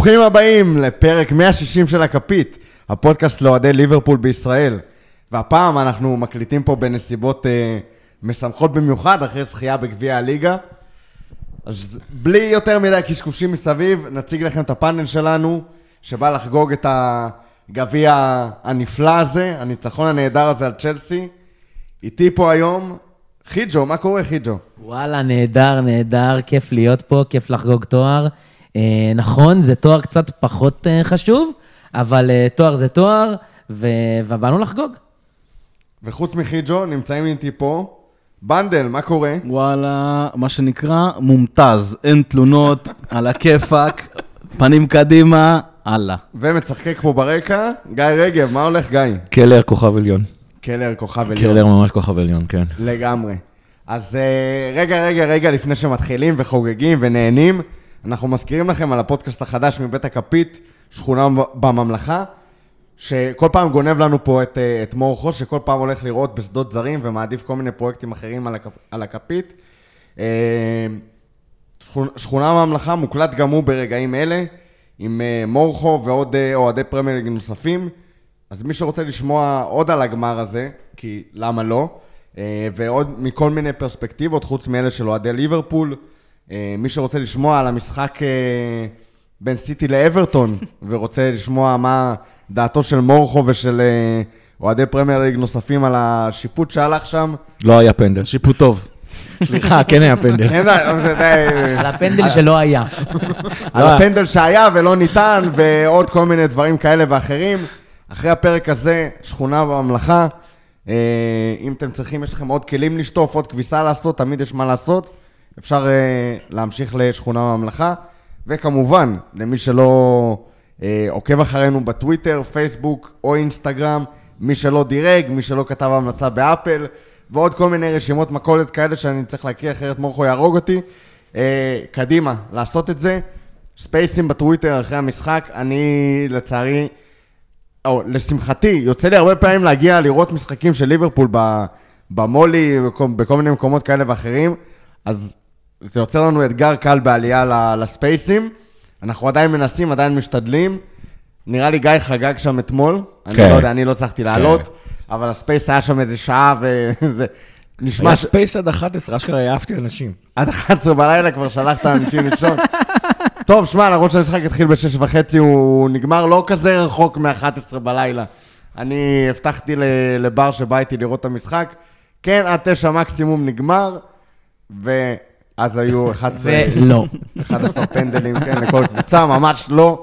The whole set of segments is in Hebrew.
ברוכים הבאים לפרק 160 של הכפית, הפודקאסט לאוהדי ליברפול בישראל. והפעם אנחנו מקליטים פה בנסיבות משמחות במיוחד, אחרי זכייה בגביע הליגה. אז בלי יותר מדי קשקושים מסביב, נציג לכם את הפאנל שלנו, שבא לחגוג את הגביע הנפלא הזה, הניצחון הנהדר הזה על צ'לסי. איתי פה היום, חיג'ו, מה קורה חיג'ו? וואלה, נהדר, כיף להיות פה, כיף לחגוג תואר. נכון, זה תואר קצת פחות חשוב, אבל תואר זה תואר, ובאנו לחגוג. וחוץ מחיג'ו, נמצאים איתי פה, בנדל, מה קורה? וואלה, מה שנקרא, מומתז, אין תלונות, על הכיפק, פנים קדימה, הלאה. ומצחקק פה ברקע, גיא רגב, מה הולך גיא? קלר כוכב עליון. קלר כוכב עליון. קלר ממש כוכב עליון, כן. לגמרי. אז רגע, לפני שמתחילים וחוגגים ונהנים, אנחנו מזכירים לכם על הפודקאסט החדש מבית הכפית, שכונה בממלכה, שכל פעם גונב לנו פה את מורכו, שכל פעם הולך לראות בשדות זרים, ומעדיף כל מיני פרויקטים אחרים על הכפית. שכונה בממלכה מוקלט גם הוא ברגעים אלה, עם מורכו ועוד אוהדי פרמייר ליג נוספים. אז מי שרוצה לשמוע עוד על הגמר הזה, כי למה לא, ועוד מכל מיני פרספקטיבות, חוץ מאלה של אוהדי ליברפול, מי שרוצה לשמוע על המשחק בין סיטי לאברטון, ורוצה לשמוע מה דעתו של מורכו ושל אוהדי פרמייר ליג נוספים על השיפוט שהלך שם. לא היה פנדל. שיפוט טוב. סליחה, כן היה פנדל. על הפנדל שלא היה. על הפנדל שהיה ולא ניתן, ועוד כל מיני דברים כאלה ואחרים. אחרי הפרק הזה, שכונה בממלכה, אם אתם צריכים, יש לכם עוד כלים לשטוף, עוד כביסה לעשות, תמיד יש מה לעשות. אפשר להמשיך לשכונה בממלכה, וכמובן, למי שלא עוקב אחרינו בטוויטר, פייסבוק או אינסטגרם, מי שלא דירג, מי שלא כתב המלצה באפל, ועוד כל מיני רשימות מכולת כאלה שאני צריך להקריא, אחרת מורכו יהרוג אותי. קדימה, לעשות את זה. ספייסים בטוויטר אחרי המשחק, אני לצערי, או לשמחתי, יוצא לי הרבה פעמים להגיע לראות משחקים של ליברפול במולי, בכל מיני מקומות כאלה ואחרים, אז זה יוצא לנו אתגר קל בעלייה לספייסים. אנחנו עדיין מנסים, עדיין משתדלים. נראה לי גיא חגג שם אתמול. אני לא יודע, אני לא צריכתי לעלות, אבל הספייס היה שם איזה שעה וזה נשמע... היה ספייס עד 11, אשכרה העפתי אנשים. עד 11 בלילה כבר שלחת אנשים לישון. טוב, שמע, למרות שהמשחק התחיל ב6:30, הוא נגמר לא כזה רחוק מ11 בלילה. אני הבטחתי לבר שבא איתי לראות את המשחק. כן, עד 9 מקסימום נגמר, ואז היו 11 פנדלים, כן, לכל קבוצה, ממש לא.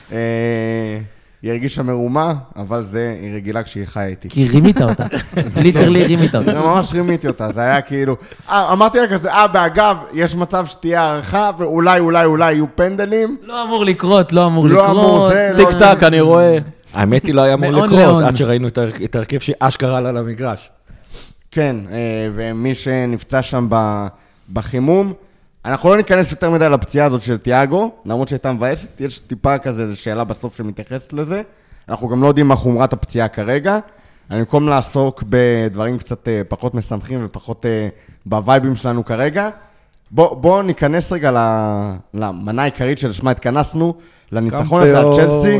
היא הרגישה מרומה, אבל היא רגילה כשהיא חיה איתי. כי רימית אותה. ליטרלי רימית אותה. זה ממש רימיתי אותה, זה היה כאילו... אמרתי לה כזה, באגב, יש מצב שתהיה הערכה, ואולי יהיו פנדלים. לא אמור לקרות. טיק טק, אני רואה. האמת היא לא היה אמור לקרות, עד שראינו את ההרכב שאשכרה עלה למגרש. כן, ומי שנפצע שם בחימום, אנחנו לא ניכנס יותר מדי לפציעה הזאת של תיאגו, למרות שהייתה מבאסת, יש טיפה כזה, זו שאלה בסוף שמתייחסת לזה. אנחנו גם לא יודעים מה חומרת הפציעה כרגע. אני במקום לעסוק בדברים קצת פחות משמחים ופחות בווייבים שלנו כרגע. בואו ניכנס רגע למנה העיקרית שלשמה התכנסנו, לניצחון הזה על צ'לסי.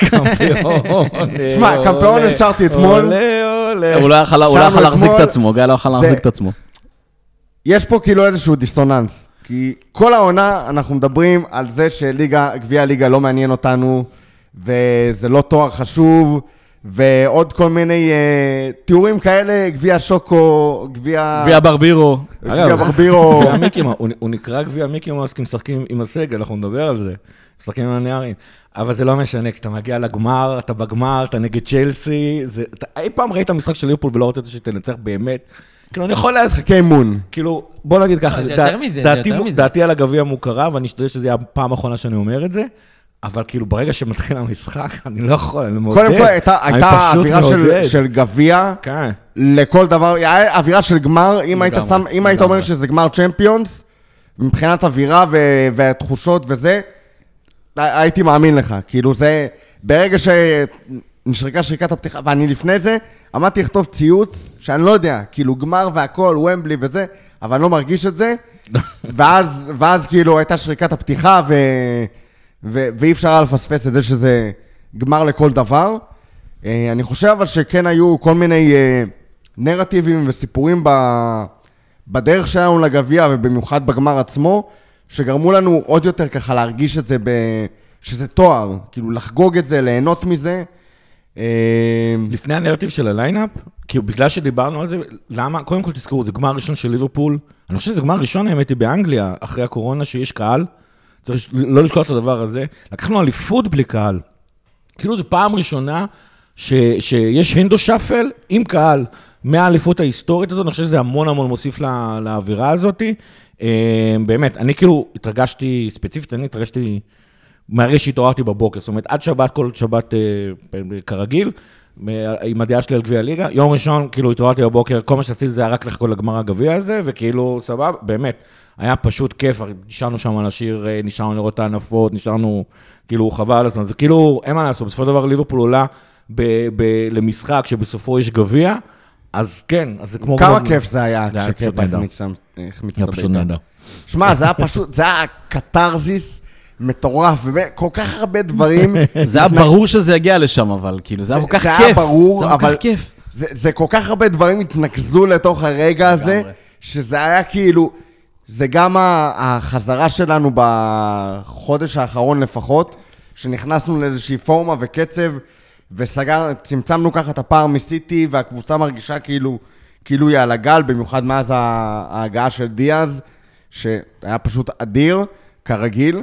שמע, קמפיון השארתי אתמול. הוא לא יכול להחזיק את עצמו, גיא לא יכול להחזיק את עצמו. יש פה כאילו איזשהו דיסוננס, כי כל העונה אנחנו מדברים על זה שגביע הליגה לא מעניין אותנו, וזה לא תואר חשוב, ועוד כל מיני תיאורים כאלה, גביע שוקו, גביע ברבירו. הוא נקרא גביע מיקי מאוס, כי משחקים עם הסגל, אנחנו נדבר על זה, משחקים עם הנערים, אבל זה לא משנה, כשאתה מגיע לגמר, אתה בגמר, אתה נגד צ'לסי, אי פעם ראית משחק של ליברפול ולא רצית שתנצח באמת, כאילו, אני יכול להזכיר אימון. כאילו, בוא נגיד ככה, דעתי על הגביע מוכרה, ואני אשתדל שזה יהיה הפעם האחרונה שאני אומר את זה, אבל כאילו, ברגע שמתחיל המשחק, אני לא יכול, אני מודה. קודם כל, הייתה אווירה של גביע, לכל דבר, אווירה של גמר, אם היית אומר שזה גמר צ'מפיונס, מבחינת אווירה והתחושות וזה, הייתי מאמין לך. כאילו, זה, ברגע שנשרקה שריקת הפתיחה, ואני לפני זה, עמדתי לכתוב ציוץ, שאני לא יודע, כאילו גמר והכל, ומבלי וזה, אבל אני לא מרגיש את זה, ואז כאילו הייתה שריקת הפתיחה, ואי אפשר לפספס את זה שזה גמר לכל דבר. אני חושב אבל שכן היו כל מיני נרטיבים וסיפורים בדרך שלנו לגביע, ובמיוחד בגמר עצמו, שגרמו לנו עוד יותר ככה להרגיש את זה, שזה תואר, כאילו לחגוג את זה, ליהנות מזה. לפני הנרטיב של הליינאפ, כי בגלל שדיברנו על זה, למה? קודם כל תזכרו, זה גמר ראשון של ליברפול, אני חושב שזה גמר ראשון, האמת היא באנגליה, אחרי הקורונה, שיש קהל, צריך לא לשכוח את הדבר הזה, לקחנו אליפות בלי קהל, כאילו זו פעם ראשונה, שיש הנדו שפל עם קהל, מהאליפות ההיסטורית הזאת, אני חושב שזה המון המון מוסיף לאווירה הזאת, באמת, אני כאילו התרגשתי, ספציפית אני התרגשתי, מהרגע שהתעוררתי בבוקר, זאת אומרת, עד שבת, כל שבת כרגיל, עם הדעה שלי על גביע הליגה, יום ראשון, כאילו התעוררתי בבוקר, כל מה שעשיתי זה היה רק לחכות לגמר הגביע הזה, וכאילו סבבה, באמת, היה פשוט כיף, נשארנו שם על השיר, נשארנו לראות את הענפות, נשארנו, כאילו, חבל, אז זה כאילו, אין מה לעשות, בסופו של דבר ליברפול עולה למשחק שבסופו יש גביע, אז כן, אז זה כמו... כמה כיף זה היה, כשקטע החמיץ את הביתה. שמע, זה היה פשוט, זה היה קטרזיס, מטורף, וכל כך הרבה דברים. זה היה ברור שזה יגיע לשם, אבל כאילו, זה היה כל כך כיף. זה היה ברור, אבל זה כל כך הרבה דברים התנקזו לתוך הרגע הזה, שזה היה כאילו, זה גם החזרה שלנו בחודש האחרון לפחות, שנכנסנו לאיזושהי פורמה וקצב, צמצמנו ככה את הפער מסיטי, והקבוצה מרגישה כאילו היא על הגל, במיוחד מאז ההגעה של דיאז, שהיה פשוט אדיר, כרגיל.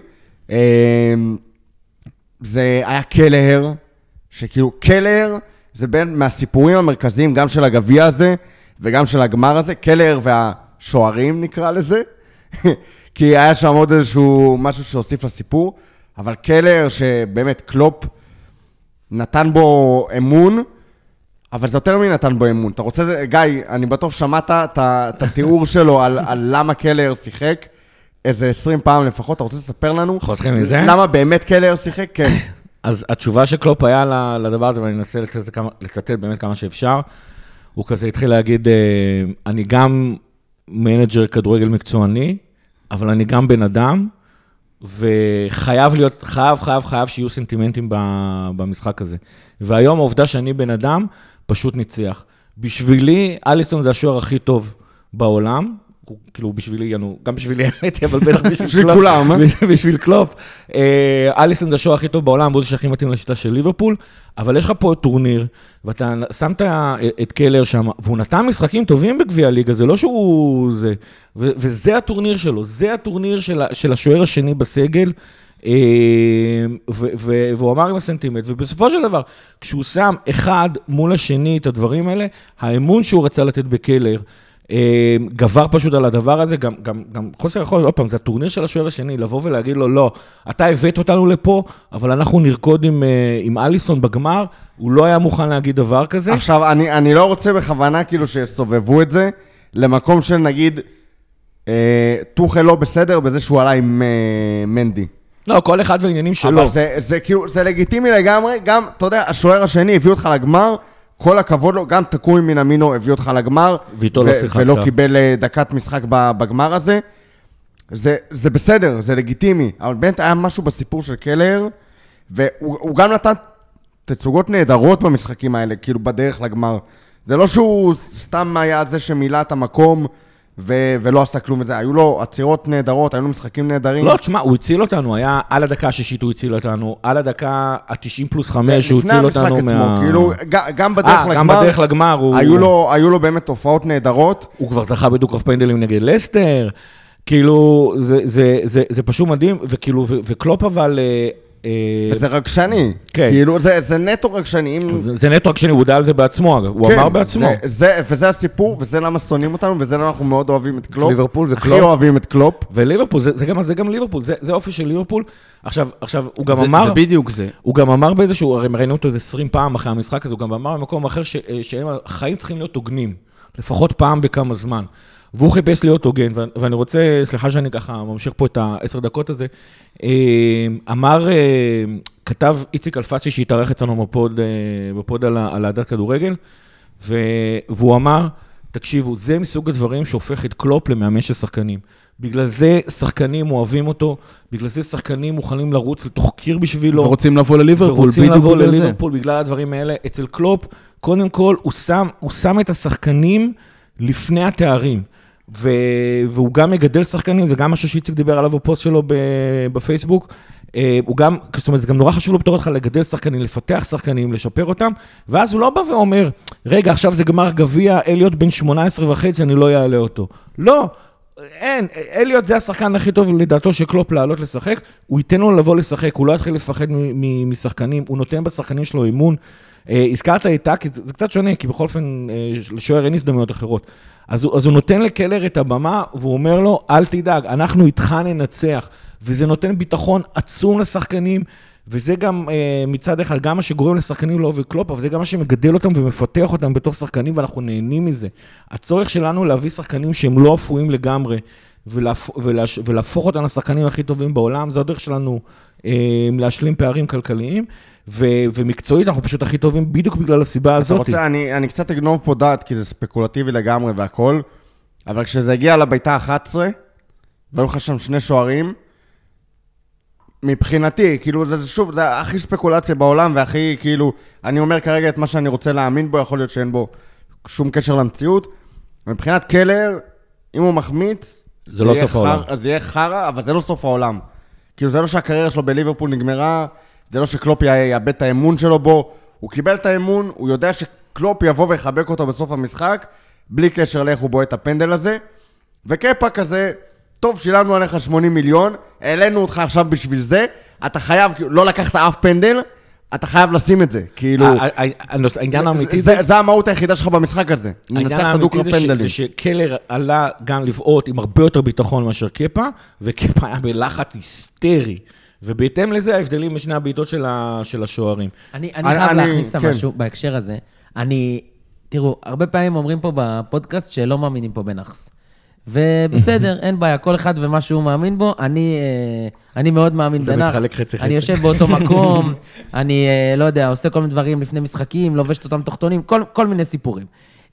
זה היה קלר, שכאילו קלר זה בין מהסיפורים המרכזיים גם של הגביע הזה וגם של הגמר הזה, קלר והשוערים נקרא לזה, כי היה שם עוד איזשהו משהו שהוסיף לסיפור, אבל קלר שבאמת קלופ נתן בו אמון, אבל זה יותר מנתן בו אמון. אתה רוצה, גיא, אני בטוח שמעת את התיאור שלו על למה קלר שיחק, איזה 20 פעם לפחות, אתה רוצה לספר לנו? חותכים מזה? למה באמת קלר שיחק? כן. אז התשובה שקלופ היה לדבר הזה, ואני אנסה לצטט באמת כמה שאפשר, הוא כזה התחיל להגיד, אני גם מנג'ר כדורגל מקצועני, אבל אני גם בן אדם, וחייב להיות, חייב שיהיו סנטימנטים במשחק הזה. והיום העובדה שאני בן אדם, פשוט ניצח. בשבילי, אליסון זה השוער הכי טוב בעולם, כאילו בשבילי, גם בשבילי האמת, אבל בטח בשביל כולם, בשביל קלופ. אליסון זה השוער הכי טוב בעולם, והוא זה שהכי מתאים לשיטה של ליברפול, אבל יש לך פה טורניר, ואתה שמת את קלר שם, והוא נתן משחקים טובים בגביע הליגה, זה לא שהוא זה, וזה הטורניר שלו, זה הטורניר של השוער השני בסגל, והוא אמר עם הסנטימט, ובסופו של דבר, כשהוא שם אחד מול השני את הדברים האלה, האמון שהוא רצה לתת בקלר, גבר פשוט על הדבר הזה, גם חוסר יכול, עוד פעם, זה הטורניר של השוער השני, לבוא ולהגיד לו, לא, אתה הבאת אותנו לפה, אבל אנחנו נרקוד עם אליסון בגמר, הוא לא היה מוכן להגיד דבר כזה. עכשיו, אני לא רוצה בכוונה כאילו שיסובבו את זה, למקום של נגיד, טוחל לא בסדר, בזה שהוא עלה עם מנדי. לא, כל אחד והעניינים שלו. אבל זה כאילו, זה לגיטימי לגמרי, גם, אתה יודע, השוער השני הביא אותך לגמר, כל הכבוד לו, גם תקוי מן אמינו הביא אותך לגמר, ולא קיבל דקת משחק בגמר הזה. זה בסדר, זה לגיטימי, אבל באמת היה משהו בסיפור של קלר, והוא גם נתן תצוגות נהדרות במשחקים האלה, כאילו בדרך לגמר. זה לא שהוא סתם היה זה שמילא את המקום, ולא עשה כלום וזה, היו לו עצירות נהדרות, היו לו משחקים נהדרים. לא, תשמע, הוא הציל אותנו, היה על הדקה ה-60 הוא הציל אותנו, על הדקה ה-90+5 הוא הציל אותנו כאילו, גם בדרך לגמר, היו לו באמת תופעות נהדרות. הוא כבר זכה בדו-קרב פנדלים נגד לסטר, כאילו, זה פשוט מדהים, וכאילו, וקלופ אבל... וזה רגשני, כאילו זה נטו רגשני. זה נטו רגשני, הוא הודע על זה בעצמו, הוא אמר בעצמו. וזה הסיפור, וזה למה שונאים אותנו, וזה למה אנחנו מאוד אוהבים את קלופ. ליברפול וקלופ. הכי אוהבים את קלופ. וליברפול, זה גם ליברפול, זה אופי של ליברפול. עכשיו, הוא גם אמר... זה בדיוק זה. הוא גם אמר באיזשהו, הרי ראינו אותו איזה 20 פעם אחרי המשחק הזה, הוא גם אמר במקום אחר שהחיים צריכים להיות הוגנים, לפחות פעם בכמה זמן. והוא חיפש להיות הוגן, ואני רוצה, סליחה שאני ככה ממשיך פה את 10 דקות הזה, כתב איציק אלפסי שהתארח אצלנו בפוד על העדת כדורגל, והוא אמר, תקשיבו, זה מסוג הדברים שהופך את קלופ למאמן של שחקנים. בגלל זה שחקנים אוהבים אותו, בגלל זה שחקנים מוכנים לרוץ לתוך קיר בשבילו. ורוצים לבוא לליברפול, ורוצים לבוא לליברפול בגלל הדברים האלה. אצל קלופ, קודם כל, הוא שם את השחקנים לפני התארים. והוא גם מגדל שחקנים, זה גם משהו שאיציק דיבר עליו בפוסט שלו בפייסבוק, הוא גם, זאת אומרת, זה גם נורא חשוב לו בתור אותך לגדל שחקנים, לפתח שחקנים, לשפר אותם, ואז הוא לא בא ואומר, רגע, עכשיו זה גמר גביע, אליוט בן 18.5, אני לא יעלה אותו. לא, אין, אליוט זה השחקן הכי טוב לדעתו שקלופ לעלות לשחק, הוא ייתן לו לבוא לשחק, הוא לא יתחיל לפחד משחקנים, הוא נותן בשחקנים שלו אימון, הזכרת איתה, כי זה קצת שונה, כי בכל אופן, לשוער אין הזדמנויות אחרות. אז הוא נותן לקלר את הבמה, והוא אומר לו, אל תדאג, אנחנו איתך ננצח. וזה נותן ביטחון עצום לשחקנים, וזה גם מצד אחד, גם מה שגורם לשחקנים לא עובר קלופ, אבל זה גם מה שמגדל אותם ומפתח אותם בתור שחקנים, ואנחנו נהנים מזה. הצורך שלנו להביא שחקנים שהם לא אפויים לגמרי, ולהפוך אותם לשחקנים הכי טובים בעולם, זה הדרך שלנו להשלים פערים כלכליים, ומקצועית אנחנו פשוט הכי טובים בדיוק בגלל הסיבה הזאת. אתה רוצה, אני קצת אגנוב פה דעת, כי זה ספקולטיבי לגמרי והכל, אבל כשזה הגיע לביתה 11, והיו לך שם שני שוערים, מבחינתי, כאילו, זה שוב, זה הכי ספקולציה בעולם, והכי, כאילו, אני אומר כרגע את מה שאני רוצה להאמין בו, יכול להיות שאין בו שום קשר למציאות. מבחינת קלר, אם הוא מחמיץ, זה לא סוף העולם. זה יהיה חרה, אבל זה לא סוף העולם. כאילו, זה לא שהקריירה שלו בליברפול נגמרה, זה לא שקלופ יאבד את האמון שלו בו, הוא קיבל את האמון, הוא יודע שקלופ יבוא ויחבק אותו בסוף המשחק, בלי קשר לאיך הוא בועט את הפנדל הזה, וקפה כזה, טוב, שילמנו עליך 80 מיליון, העלינו אותך עכשיו בשביל זה, אתה חייב, לא לקחת אף פנדל, אתה חייב לשים את זה, כאילו... העניין האמיתי זה המהות היחידה שלך במשחק הזה. העניין האמיתי זה שקלר עלה גם לבעוט עם הרבה יותר ביטחון מאשר קפה, וקפה היה בלחץ היסטרי. ובהתאם לזה ההבדלים בשני הבעיטות של השוערים. אני חייב להכניס משהו בהקשר הזה. תראו, הרבה פעמים אומרים פה בפודקאסט שלא מאמינים פה בנחס. ובסדר, אין בעיה, כל אחד ומה שהוא מאמין בו, אני מאוד מאמין בנחס. אני יושב באותו מקום, אני לא יודע, עושה כל מיני דברים לפני משחקים, לובש את אותם תחתונים, כל מיני סיפורים.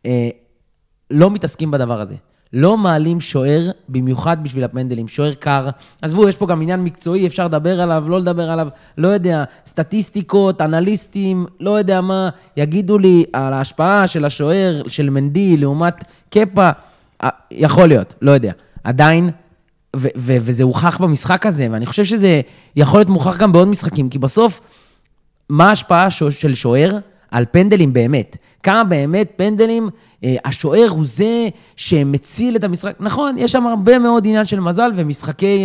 לא מתעסקים בדבר הזה. לא מעלים שוער, במיוחד בשביל הפנדלים, שוער קר. עזבו, יש פה גם עניין מקצועי, אפשר לדבר עליו, לא לדבר עליו, לא יודע, סטטיסטיקות, אנליסטים, לא יודע מה, יגידו לי על ההשפעה של השוער, של מנדי, לעומת קפה, יכול להיות, לא יודע. עדיין, וזה הוכח במשחק הזה, ואני חושב שזה יכול להיות מוכח גם בעוד משחקים, כי בסוף, מה ההשפעה של שוער על פנדלים באמת? כמה באמת פנדלים, השוער הוא זה שמציל את המשחק. נכון, יש שם הרבה מאוד עניין של מזל ומשחקי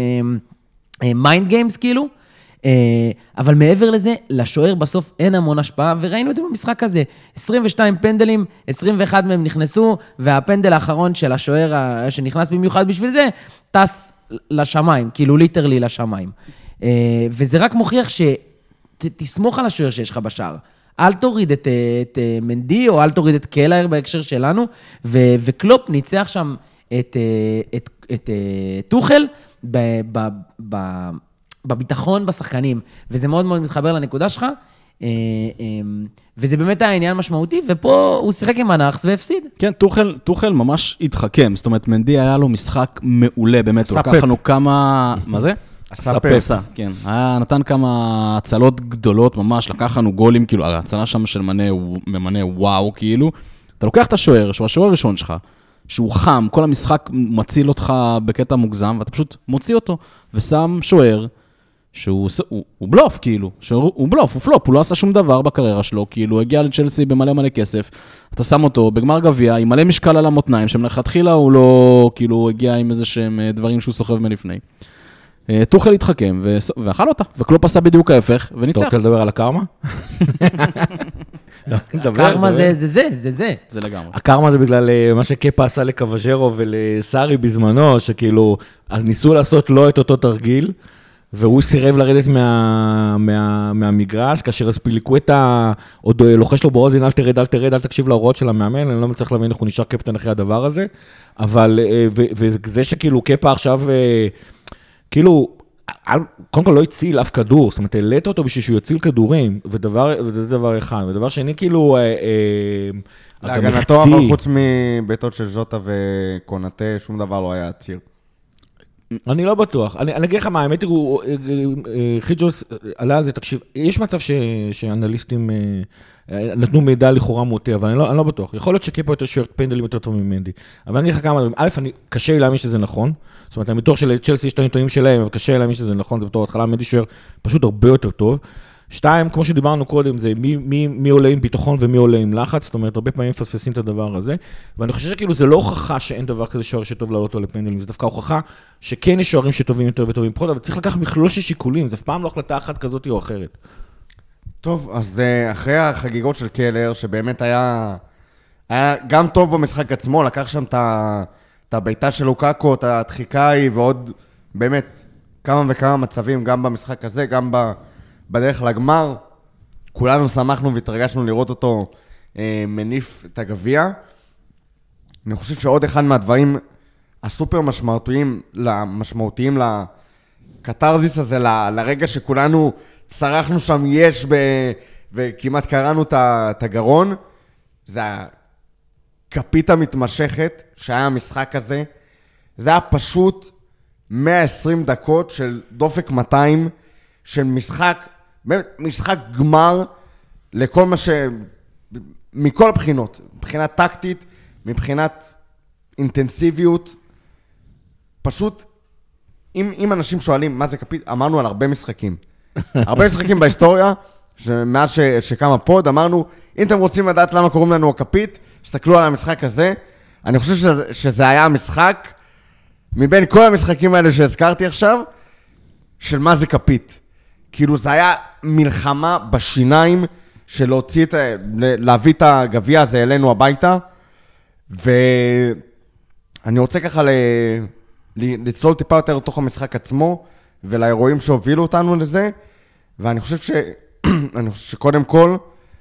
מיינד גיימס כאילו, אבל מעבר לזה, לשוער בסוף אין המון השפעה, וראינו את זה במשחק הזה. 22 פנדלים, 21 מהם נכנסו, והפנדל האחרון של השוער שנכנס במיוחד בשביל זה, טס לשמיים, כאילו ליטרלי לשמיים. וזה רק מוכיח שתסמוך על השוער שיש לך בשער. אל תוריד את מנדי, או אל תוריד את קלר בהקשר שלנו, וקלופ ניצח שם את טוחל בביטחון בשחקנים, וזה מאוד מאוד מתחבר לנקודה שלך, וזה באמת היה עניין משמעותי, ופה הוא שיחק עם הנחס והפסיד. כן, טוחל ממש התחכם, זאת אומרת, מנדי היה לו משחק מעולה, באמת, הוא לקח לנו כמה, מה זה? ספסה, כן. נתן כמה הצלות גדולות ממש, לקח לנו גולים, כאילו, ההצלה שם של ממנה וואו, כאילו. אתה לוקח את השוער, שהוא השוער הראשון שלך, שהוא חם, כל המשחק מציל אותך בקטע מוגזם, ואתה פשוט מוציא אותו, ושם שוער, שהוא בלוף, כאילו. הוא בלוף, הוא פלופ, הוא לא עשה שום דבר בקריירה שלו, כאילו, הוא הגיע לצ'לסי במלא מלא כסף, אתה שם אותו בגמר גביע, עם מלא משקל על המותניים, שמלכתחילה הוא לא, כאילו, הגיע עם איזה שהם דברים שהוא סוחב מלפני. טוחל התחכם ואכל אותה, וקלופ עשה בדיוק ההפך, וניצח. אתה רוצה לדבר על הקרמה? הקרמה זה. זה לגמרי. הקרמה זה בגלל מה שקפה עשה לקוואז'רו ולסארי בזמנו, שכאילו, ניסו לעשות לו את אותו תרגיל, והוא סירב לרדת מהמגרש, כאשר הספיליקווטה עוד לוחש לו באוזן, אל תרד, אל תקשיב להוראות של המאמן, אני לא מצליח להבין איך הוא נשאר קפטן אחרי הדבר הזה, אבל, וזה שכאילו קפה עכשיו, כאילו, קודם כל לא הציל אף כדור, זאת אומרת, העלית אותו בשביל שהוא יציל כדורים, וזה דבר אחד. ודבר שני, כאילו, להגנתו, אבל חוץ מביתות של ז'וטה וקונטה, שום דבר לא היה עציר. אני לא בטוח. אני אגיד לך מה, האמת הוא, חיג'וס עלה על זה, תקשיב, יש מצב שאנליסטים נתנו מידע לכאורה מוטה, אבל אני לא בטוח. יכול להיות שקיפה יותר שוער פנדלים יותר טוב ממנדי. אבל אני אגיד לך כמה דברים. א', קשה לי להאמין שזה נכון. זאת אומרת, המתוך של צ'לסי יש את הנתונים שלהם, אבל קשה לי להאמין שזה נכון, זה בתור התחלה, מנדי שוער פשוט הרבה יותר טוב. 2, כמו שדיברנו קודם, זה מי עולה עם ביטחון ומי עולה עם לחץ, זאת אומרת, הרבה פעמים מפספסים את הדבר הזה, ואני חושב שכאילו זה לא הוכחה שאין דבר כזה שוער שטוב לעלות אותו לפנדלים, זה דווקא הוכחה שכן יש שוערים שטובים יותר וטובים פחות, אבל צריך לקחת מכלול של שיקולים, זה אף פעם לא החלטה אחת כזאת או אחרת. טוב, אז אחרי החגיגות של קלר, שבאמת היה גם טוב במשחק עצמו, לקח שם את הביתה של לוקאקו, את הדחיקה ההיא, ועוד באמת כמה וכמה מצבים, גם במשחק הזה, גם בדרך לגמר. כולנו שמחנו והתרגשנו לראות אותו מניף את הגביע. אני חושב שעוד אחד מהדברים הסופר משמעותיים לקטרזיס הזה, לרגע שכולנו צרחנו שם יש וכמעט קראנו את הגרון, זה הכפית המתמשכת שהיה המשחק הזה. זה היה פשוט 120 דקות של דופק 200, של משחק גמר לכל מה מכל הבחינות, מבחינת טקטית, מבחינת אינטנסיביות. פשוט, אם אנשים שואלים מה זה כפית, אמרנו על הרבה משחקים. הרבה משחקים בהיסטוריה, מאז שקם הפוד, אמרנו, אם אתם רוצים לדעת למה קוראים לנו הכפית, שתסתכלו על המשחק הזה. אני חושב שזה היה המשחק, מבין כל המשחקים האלה שהזכרתי עכשיו, של מה זה כפית. כאילו זה היה מלחמה בשיניים של להביא את הגביע הזה אלינו הביתה, ואני רוצה ככה לצלול טיפה יותר לתוך המשחק עצמו, ולאירועים שהובילו אותנו לזה, ואני חושב שקודם כל,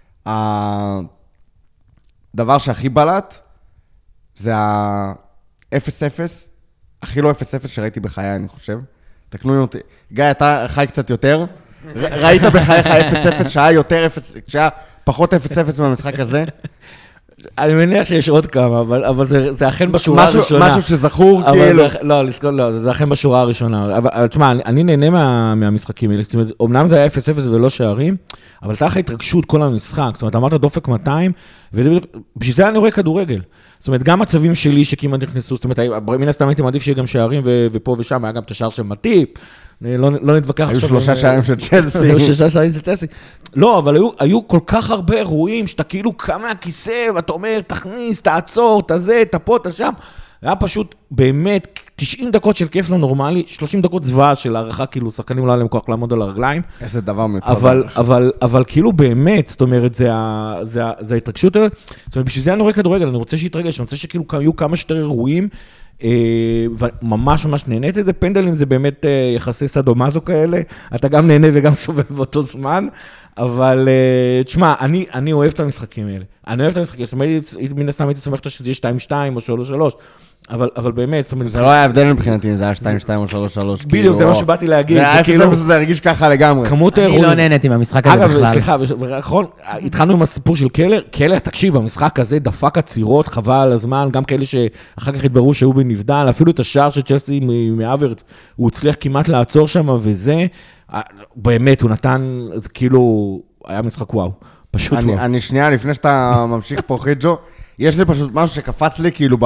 הדבר שהכי בלט, זה ה-0-0, הכי לא 0-0 שראיתי בחיי, אני חושב. תקנו אותי. גיא, אתה חי קצת יותר. ראית בחייך 0-0 שהיה פחות 0-0 במשחק הזה? אני מניח שיש עוד כמה, אבל זה אכן בשורה הראשונה. משהו שזכור, כאילו. לא, זה אכן בשורה הראשונה. אבל תשמע, אני נהנה מהמשחקים האלה. זאת אומרת, אמנם זה היה 0-0 ולא שערים, אבל הייתה לך התרגשות כל המשחק. זאת אומרת, אמרת דופק 200, ובשביל זה אני רואה כדורגל. זאת אומרת, גם מצבים שלי שכמעט נכנסו, זאת אומרת, מן הסתם הייתי מעדיף שיהיה גם שערים, ופה ושם היה גם את השער של מטיפ, לא נתווכח עכשיו. היו 3 שערים של צ'לסי. היו 6 שערים של צ'לסי. לא, אבל היו כל כך הרבה אירועים, שאתה כאילו קם מהכיסא, ואתה אומר, תכניס, תעצור, תזה, תפה, תשם. היה פשוט באמת 90 דקות של כיף לא נורמלי, 30 דקות זוועה של הערכה, כאילו שחקנים לא היה להם כוח לעמוד על הרגליים. איזה דבר מיוחד. אבל כאילו באמת, זאת אומרת, זה ההתרגשות האלה. זאת אומרת, בשביל זה אני רואה כדורגל, אני רוצה שיתרגש, אני רוצה שכאילו יהיו כמה שיותר אירועים, וממש ממש נהנית את זה. פנדלים זה באמת יחסי סדומזו כאלה, אתה גם נהנה וגם סובב באותו זמן, אבל תשמע, אני אוהב את המשחקים האלה. אני אוהב את המשחקים, זאת אומרת, מן הסתם הייתי שמחת שזה יהיה 2-2 או 3-3, אבל באמת, זה לא היה הבדל מבחינתי אם זה היה 2-2 או 3-3. בדיוק, זה מה שבאתי להגיד. זה הרגיש ככה לגמרי. אני לא נהנתי מהמשחק הזה בכלל. אגב, סליחה, ואחרון, התחלנו עם הסיפור של קלר, תקשיב, במשחק הזה דפק עצירות, חבל על הזמן, גם כאלה שאחר כך התבררו שהיו בנבדל, אפילו את השער של צ'לסי מאברץ, הוא הצליח כמעט לעצור שם, וזה, באמת, הוא נתן, כאילו, היה משחק וואו, פשוט וואו. אני שנייה, לפני שאתה ממשיך פה חיג'ו, יש לי פשוט משהו שקפץ לי כאילו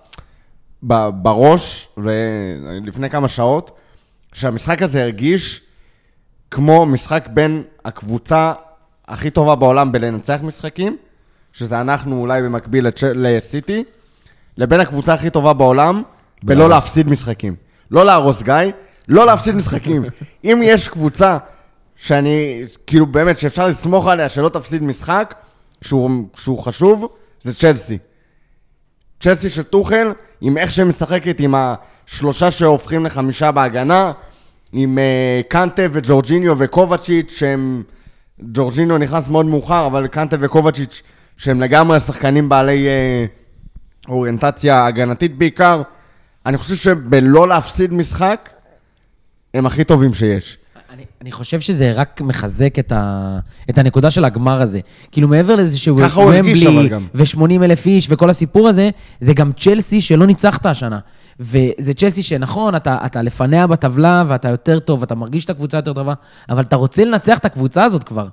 בראש, ולפני כמה שעות, שהמשחק הזה הרגיש כמו משחק בין הקבוצה הכי טובה בעולם בלנצח משחקים, שזה אנחנו אולי במקביל לסיטי, לבין הקבוצה הכי טובה בעולם בלא להפסיד משחקים. לא להרוס גיא, לא להפסיד משחקים. אם יש קבוצה שאני, כאילו באמת, שאפשר לסמוך עליה שלא תפסיד משחק, שהוא חשוב, זה צ'לסי. צ'לסי של טוחל, עם איך שמשחקת, עם השלושה שהופכים ל5 בהגנה, עם קנטה וג'ורג'יניו וקובצ'יץ', שהם, ג'ורג'יניו נכנס מאוד מאוחר, אבל קנטה וקובצ'יץ', שהם לגמרי שחקנים בעלי אוריינטציה הגנתית בעיקר. אני חושב שבלא להפסיד משחק, הם הכי טובים שיש. אני חושב שזה רק מחזק את הנקודה של הגמר הזה. כאילו מעבר לזה שהוא ומבלי ו80,000 איש וכל הסיפור הזה, זה גם צ'לסי שלא ניצחת השנה. וזה צ'לסי שנכון, אתה לפניה בטבלה, ואתה יותר טוב, ואתה מרגיש את הקבוצה יותר טובה, אבל אתה רוצה לנצח את הקבוצה הזאת כבר.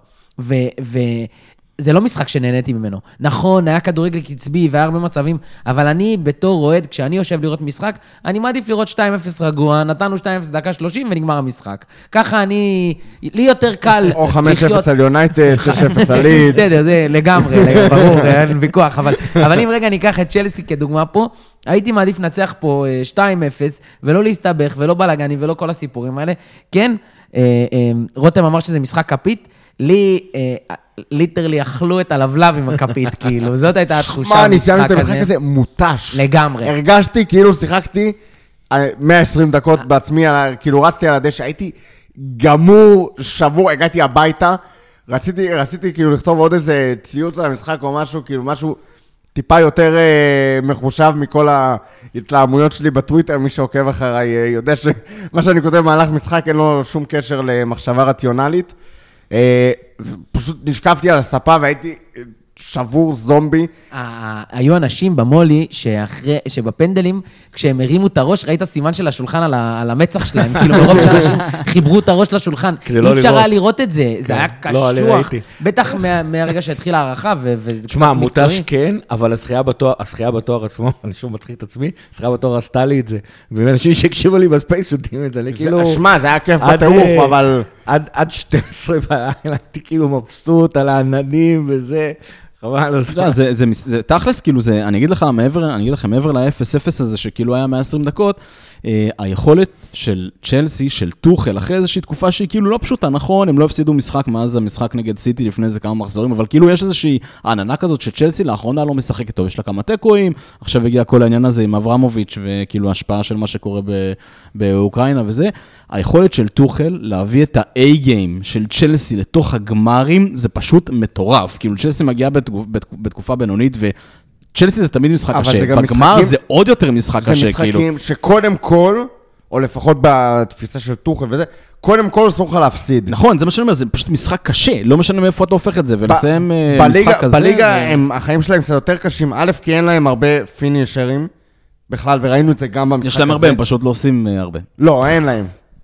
זה לא משחק שנהניתי ממנו. נכון, היה כדורגל קצבי והיה הרבה מצבים, אבל אני בתור רועד, כשאני יושב לראות משחק, אני מעדיף לראות 2-0 רגוע, נתנו 2-0 דקה 30 ונגמר המשחק. ככה לי יותר קל... או 5-0 על יונייטד, 6-0 על לידס. בסדר, זה לגמרי, ברור, אין ויכוח, אבל אם רגע ניקח את צ'לסי כדוגמה פה, הייתי מעדיף לנצח פה 2-0, ולא להסתבך, ולא בלגני, ולא כל הסיפורים האלה. כן, רותם אמר שזה משחק כפית, ליטרלי אכלו את הלבלב עם הכפית, כאילו, זאת הייתה התחושה במשחק הזה. שמע, אני סיימתי את המשחק הזה מוטש. לגמרי. הרגשתי כאילו שיחקתי 120 דקות בעצמי, כאילו רצתי על הדשא, הייתי גמור, שבור, הגעתי הביתה, רציתי כאילו לכתוב עוד איזה ציוץ על המשחק או משהו, כאילו משהו טיפה יותר מחושב מכל ההתלהמויות שלי בטוויטר, מי שעוקב אחריי יודע שמה שאני כותב במהלך משחק אין לו שום קשר למחשבה רציונלית. פשוט נשקפתי על הספה והייתי שבור זומבי. היו אנשים במולי שבפנדלים, כשהם הרימו את הראש, ראית סימן של השולחן על המצח שלהם, כאילו ברוב שאנשים חיברו את הראש לשולחן. אי אפשר היה לראות את זה, זה היה קשוח. בטח מהרגע שהתחילה הערכה. תשמע, מותש כן, אבל השחייה בתואר עצמו, אני שוב מצחיק את עצמי, השחייה בתואר עשתה לי את זה. ואנשים שהקשיבו לי בספייס יודעים את זה, אני כאילו... שמע, זה היה כיף בטירוף, אבל... עד 12 בלילה, הייתי כאילו מבסוט על העננים וזה... זה תכלס, כאילו זה, אני אגיד לכם מעבר ל-0-0 הזה, שכאילו היה 120 דקות, היכולת של צ'לסי, של טוחל, אחרי איזושהי תקופה שהיא כאילו לא פשוטה, נכון, הם לא הפסידו משחק מאז המשחק נגד סיטי לפני איזה כמה מחזורים, אבל כאילו יש איזושהי עננה כזאת שצ'לסי לאחרונה לא משחקת טוב, יש לה כמה טקואים, עכשיו הגיע כל העניין הזה עם אברמוביץ' וכאילו השפעה של מה שקורה באוקראינה וזה, היכולת של טוחל להביא את ה-A-game של צ'לסי לתוך הגמרים, זה פשוט מטורף, כאילו צ'לסי מגיעה בתקופה בינונית צ'לסי זה תמיד משחק קשה, בגמר זה עוד יותר משחק קשה, כאילו. זה משחקים שקודם כל, או לפחות בתפיסה של טוחל וזה, קודם כל אסור לך להפסיד. נכון, זה מה שאני אומר, זה פשוט משחק קשה, לא משנה מאיפה אתה הופך את זה, ולסיים משחק כזה. בליגה החיים שלהם קצת יותר קשים, א', כי אין להם הרבה פינישרים, בכלל, וראינו את זה גם במשחק הזה. יש להם הרבה, הם פשוט לא עושים הרבה. לא, אין להם.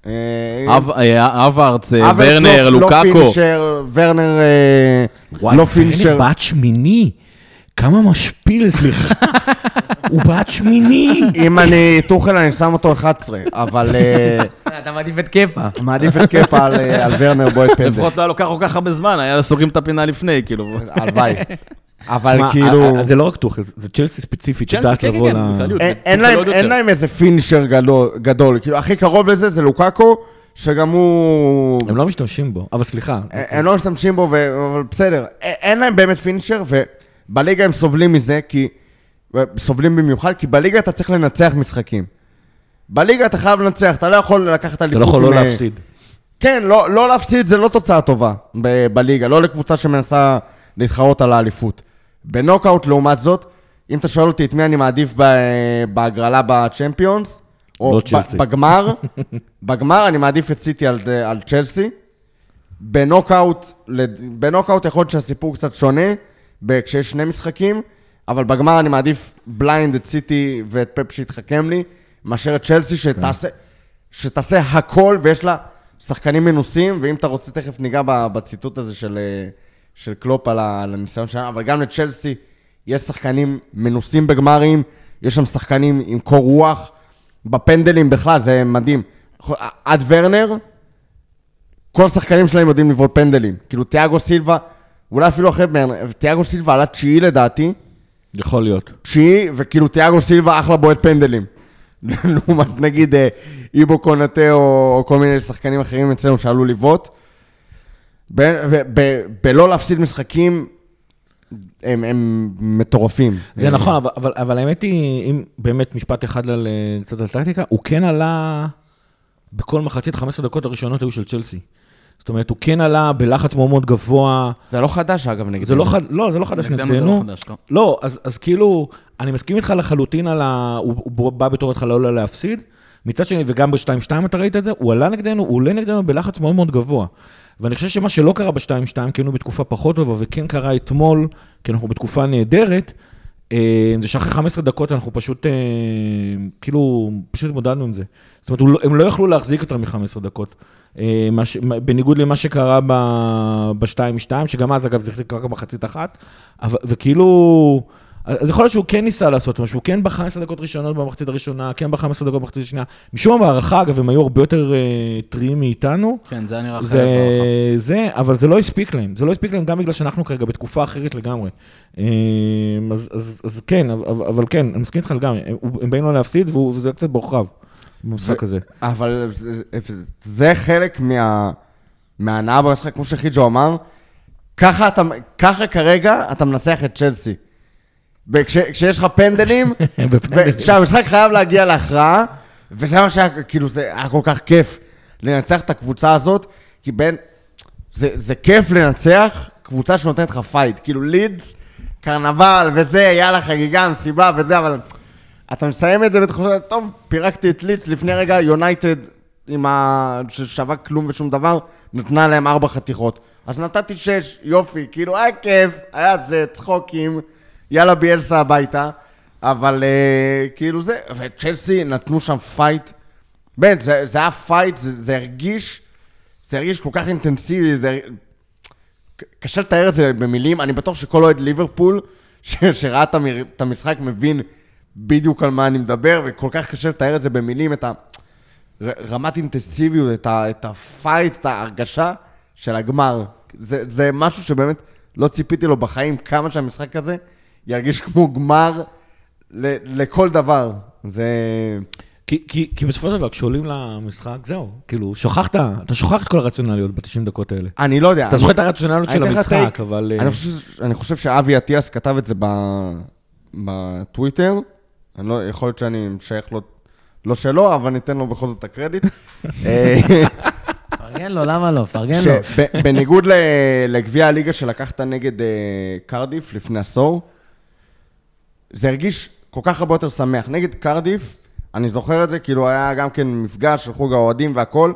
אברץ, ורנר, לוקאקו. לא פינישר, ורנר, לא פינישר. ורנר בת שמיני. כמה משפיל, סליחה. הוא בת שמיני. אם אני טוחל, אני שם אותו 11, אבל... אתה מעדיף את קפה. מעדיף את קפה על ורנר בועט פנדל. לפחות לא לוקח כל כך הרבה זמן, היה סוגרים את הפינה לפני, כאילו. הלוואי. אבל כאילו... זה לא רק טוחל, זה צ'לסי ספציפית, שדעת לבוא ל... אין להם איזה פינישר גדול, כאילו הכי קרוב לזה זה לוקאקו, שגם הוא... הם לא משתמשים בו, אבל סליחה. הם לא משתמשים בו, אבל בסדר. אין להם באמת פינישר, ובליגה הם סובלים מזה, סובלים במיוחד, כי בליגה אתה צריך לנצח משחקים. בליגה אתה חייב לנצח, אתה לא יכול לקחת אליפות... אתה לא יכול לא להפסיד. כן, לא להפסיד זה לא תוצאה טובה בליגה, לא לקבוצה שמנסה להתחרות על האליפות. בנוקאוט, לעומת זאת, אם אתה שואל אותי את מי אני מעדיף בהגרלה בצ'מפיונס, או בגמר אני מעדיף את סיטי על צ'לסי. בנוקאוט יכול להיות שהסיפור קצת שונה, כשיש שני משחקים, אבל בגמר אני מעדיף בליינד את סיטי ואת פפ שיתחכם לי, מאשר את צ'לסי שתעשה הכל, ויש לה שחקנים מנוסים, ואם אתה רוצה תכף ניגע בציטוט הזה של קלופ על הניסיון שלנו, אבל גם לצ'לסי יש שחקנים מנוסים בגמרים, יש שם שחקנים עם קור רוח, בפנדלים בכלל, זה מדהים. עד ורנר, כל השחקנים שלהם יודעים לבעוט פנדלים. כאילו, תיאגו סילבה, אולי אפילו אחרי ורנר, תיאגו סילבה עלה 9 לדעתי. יכול להיות. 9, וכאילו תיאגו סילבה אחלה בועט פנדלים. לעומת נגיד איבו קונטה או כל מיני שחקנים אחרים אצלנו שעלו לבעוט. בלא להפסיד משחקים, הם מטורפים. זה נכון, אבל האמת היא, אם באמת משפט אחד על קצת על טקטיקה, הוא כן עלה בכל מחצית 15 דקות הראשונות היו של צ'לסי. זאת אומרת, הוא כן עלה בלחץ מאוד מאוד גבוה. זה לא חדש, אגב, נגדנו. זה לא חדש נגדנו. זה לא חדש, לא. לא, אז כאילו, אני מסכים איתך לחלוטין על הוא בא בתור התחלה לא להפסיד. מצד שני, וגם ב-2-2 אתה ראית את זה, הוא עולה נגדנו בלחץ מאוד מאוד גבוה. ואני חושב שמה שלא קרה ב-2-2, כי היינו בתקופה פחות טובה, וכן קרה אתמול, כי אנחנו בתקופה נהדרת, זה שאחרי 15 דקות אנחנו פשוט, כאילו, פשוט מודדנו עם זה. זאת אומרת, הם לא יכלו להחזיק יותר מ-15 דקות. בניגוד למה שקרה ב-2-2, שגם אז, אגב, זה החזיק רק במחצית אחת, וכאילו, אז יכול להיות שהוא כן ניסה לעשות משהו, כן ב-15 דקות ראשונות במחצית הראשונה, כן ב-15 דקות במחצית השנייה. משום המערכה, אגב, הם היו הרבה יותר טריים מאיתנו. כן, זה נראה אחרת מערכה. אבל זה לא הספיק להם. זה לא הספיק להם גם בגלל שאנחנו כרגע בתקופה אחרת לגמרי. אז כן, אבל כן, אני מסכים איתך לגמרי. הם באים לו להפסיד, וזה קצת ברחב במשחק הזה. אבל זה חלק מההנאה במשחק, כמו שחיג'ו אמר, ככה כרגע אתה מנסח את צ'לסי. כשיש לך פנדלים, כשהמשחק חייב להגיע להכרעה, וזה מה שהיה, כאילו, זה היה כל כך כיף לנצח את הקבוצה הזאת, כי זה כיף לנצח קבוצה שנותנת לך פייט, כאילו לידס, קרנבל וזה, יאללה חגיגה, מסיבה וזה, אבל אתה מסיים את זה בתחושה, טוב, פירקתי את לידס, לפני רגע יונייטד, ששווה כלום ושום דבר, נתנה להם 4 חתיכות. אז נתתי 6, יופי, כאילו היה כיף, היה זה, צחוקים, יאללה ביאלסה הביתה, אבל כאילו זה, וצ'לסי נתנו שם פייט, באמת, זה היה פייט, זה הרגיש כל כך אינטנסיבי, קשה לתאר את זה במילים, אני בטוח שכל אוהד ליברפול, שראה את המשחק מבין בדיוק על מה אני מדבר, וכל כך קשה לתאר את זה במילים, את הרמת אינטנסיביות, את הפייט, את ההרגשה של הגמר. זה משהו שבאמת לא ציפיתי לו בחיים, כמה שהמשחק הזה ירגיש כמו גמר לכל דבר. כי בסופו של דבר, כשעולים למשחק, זהו, כאילו, אתה שוכח את כל הרציונליות ב-90 דקות האלה. אני לא יודע. אתה זוכר את הרציונליות של המשחק, אבל... אני חושב שאבי אטיאס כתב את זה בטוויטר, יכול להיות שאני משייך לו, לא שלו, אבל ניתן לו בכל זאת את הקרדיט. פרגן לו, למה לא? פרגן לו. בניגוד לגביע הליגה שלקחת נגד קרדיף לפני עשור, זה הרגיש כל כך הרבה יותר שמח. נגד קרדיף, אני זוכר את זה, כאילו היה גם כן מפגש של חוג האוהדים והכל.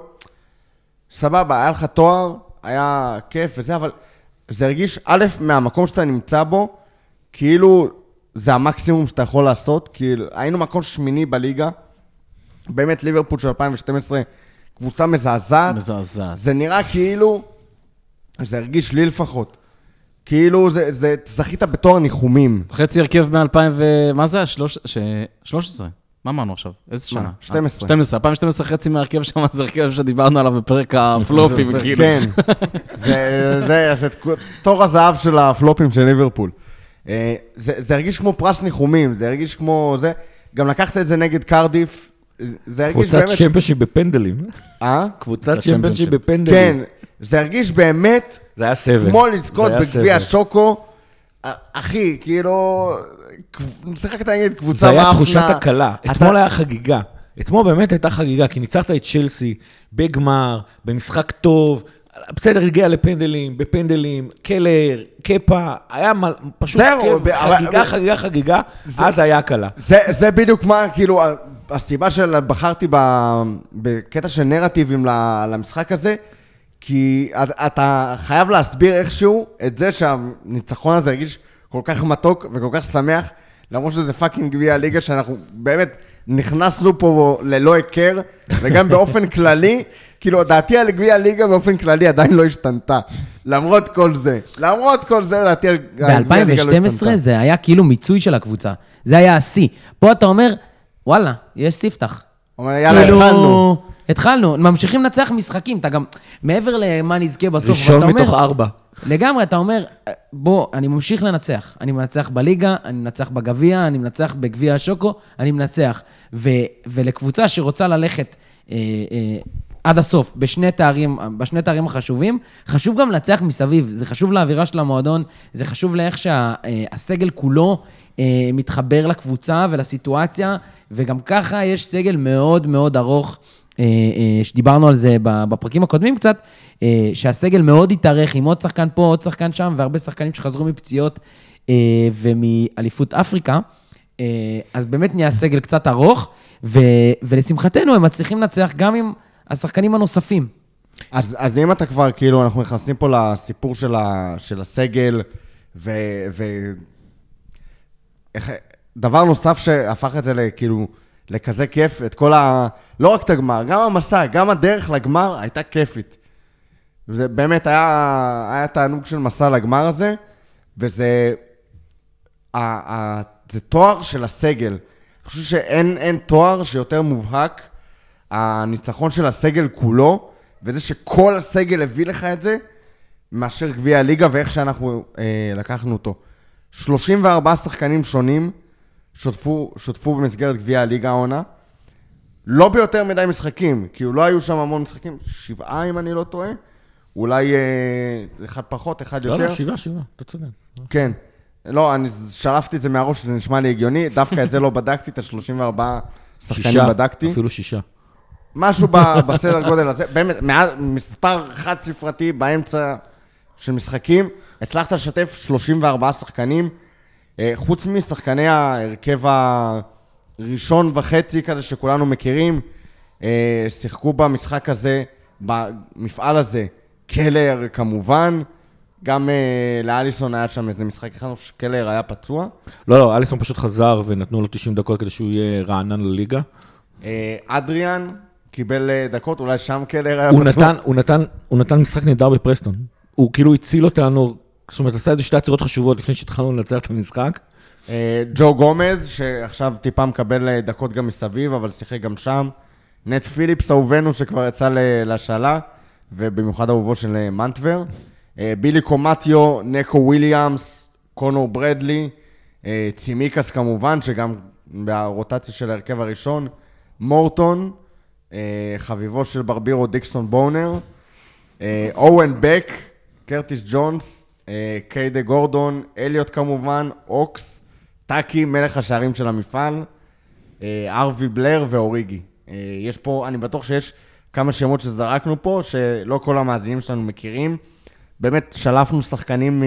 סבבה, היה לך תואר, היה כיף וזה, אבל זה הרגיש, א', מהמקום שאתה נמצא בו, כאילו זה המקסימום שאתה יכול לעשות, כאילו היינו מקום שמיני בליגה, באמת ליברפול של 2012, קבוצה מזעזעת. זה נראה כאילו, זה הרגיש לי לפחות. כאילו, זכית בתואר ניחומים. חצי הרכב מ-2000 מה זה? 13? מה אמרנו עכשיו? איזה שנה? 12. 2012 חצי מהרכב שם, זה הרכב שדיברנו עליו בפרק הפלופים, כאילו. כן. זה תור הזהב של הפלופים של ליברפול. זה הרגיש כמו פרס ניחומים, זה הרגיש כמו זה. גם לקחת את זה נגד קרדיף. קבוצת צ'מפיונשיפ בפנדלים. קבוצת צ'מפיונשיפ בפנדלים. כן, זה הרגיש באמת, זה היה סבל. כמו לזכות בגביע השוקו, אחי, כאילו, נשחק אתה נגיד קבוצה מאפנה. זה היה תחושת הקלה, אתמול היה חגיגה. אתמול באמת הייתה חגיגה, כי ניצחת את צ'לסי בגמר, במשחק טוב, בסדר, הגיע לפנדלים, בפנדלים, קלר, קפה, היה פשוט חגיגה, אז היה קלה. זה בדיוק מה, כאילו, הסיבה של בחרתי בקטע של נרטיבים למשחק הזה, כי אתה חייב להסביר איכשהו את זה שהניצחון הזה הרגיש כל כך מתוק וכל כך שמח, למרות שזה פאקינג גביע הליגה שאנחנו באמת נכנסנו פה ללא הכר, וגם באופן כללי, כאילו דעתי על גביע הליגה באופן כללי עדיין לא השתנתה, למרות כל זה, דעתי על גביע הליגה לא השתנתה. ב-2012 זה היה כאילו מיצוי של הקבוצה, זה היה השיא. פה אתה אומר, וואלה, יש ספתח. אומר, יאללה, התחלנו, ממשיכים לנצח משחקים, אתה גם, מעבר למה נזכה בסוף, ראשון מתוך 4. לגמרי, אתה אומר, בוא, אני ממשיך לנצח. אני מנצח בליגה, אני מנצח בגביע, אני מנצח בגביע השוקו, אני מנצח. ולקבוצה שרוצה ללכת עד הסוף, בשני תארים החשובים, חשוב גם לנצח מסביב. זה חשוב לאווירה של המועדון, זה חשוב לאיך שהסגל כולו מתחבר לקבוצה ולסיטואציה, וגם ככה יש סגל מאוד מאוד ארוך, שדיברנו על זה בפרקים הקודמים קצת, שהסגל מאוד התארך עם עוד שחקן פה, עוד שחקן שם, והרבה שחקנים שחזרו מפציעות ומאליפות אפריקה, אז באמת נהיה סגל קצת ארוך, ולשמחתנו הם מצליחים לנצח גם עם השחקנים הנוספים. אז אם אתה כבר, כאילו, אנחנו נכנסים פה לסיפור של הסגל, דבר נוסף שהפך את זה כאילו, לכזה כיף, את כל לא רק את הגמר, גם המסע, גם הדרך לגמר הייתה כיפית. וזה באמת היה תענוג של מסע לגמר הזה, וזה זה תואר של הסגל. אני חושב שאין תואר שיותר מובהק, הניצחון של הסגל כולו, וזה שכל הסגל הביא לך את זה, מאשר גביע הליגה ואיך שאנחנו לקחנו אותו. 34 שחקנים שונים שותפו במסגרת גביע הליגה העונה, לא ביותר מדי משחקים, כי לא היו שם המון משחקים, 7 אם אני לא טועה, אולי אחד פחות, אחד יותר. לא, 7, אתה צודק. כן. לא, אני שלפתי את זה מהראש, שזה נשמע לי הגיוני, דווקא את זה לא בדקתי, את ה-34 שחקנים בדקתי. אפילו 6. משהו בסדר גודל הזה, באמת, מספר חד ספרתי באמצע של משחקים, הצלחת לשתף 34 שחקנים, חוץ משחקני ההרכב הראשון וחצי כזה שכולנו מכירים, שיחקו במשחק הזה, במפעל הזה, קלר כמובן, גם לאליסון היה שם איזה משחק אחד, שקלר היה פצוע. לא, אליסון פשוט חזר ונתנו לו 90 דקות כדי שהוא יהיה רענן לליגה. אדריאן קיבל דקות, אולי שם קלר היה פצוע. הוא נתן משחק נהדר בפרסטון. הוא כאילו הציל אותנו, זאת אומרת, עשה איזה 2 עצירות חשובות לפני שהתחלנו לנצח את המשחק. ג'ו גומז, שעכשיו טיפה מקבל דקות גם מסביב, אבל שיחק גם שם. נט פיליפס, אהובנו שכבר יצא לשאלה, ובמיוחד אהובו של מנטבר. בילי קומטיו, נקו וויליאמס, קונור ברדלי, צימיקס כמובן, שגם ברוטציה של ההרכב הראשון, מורטון, חביבו של ברבירו דיקסון בונר, אוון בק, קרטיס ג'ונס, קיידה גורדון, אליוט כמובן, אוקס, טאקי, מלך השערים של המפעל, ארווי בלר ואוריגי. יש פה, אני בטוח שיש כמה שמות שזרקנו פה, שלא כל המאזינים שלנו מכירים. באמת שלפנו שחקנים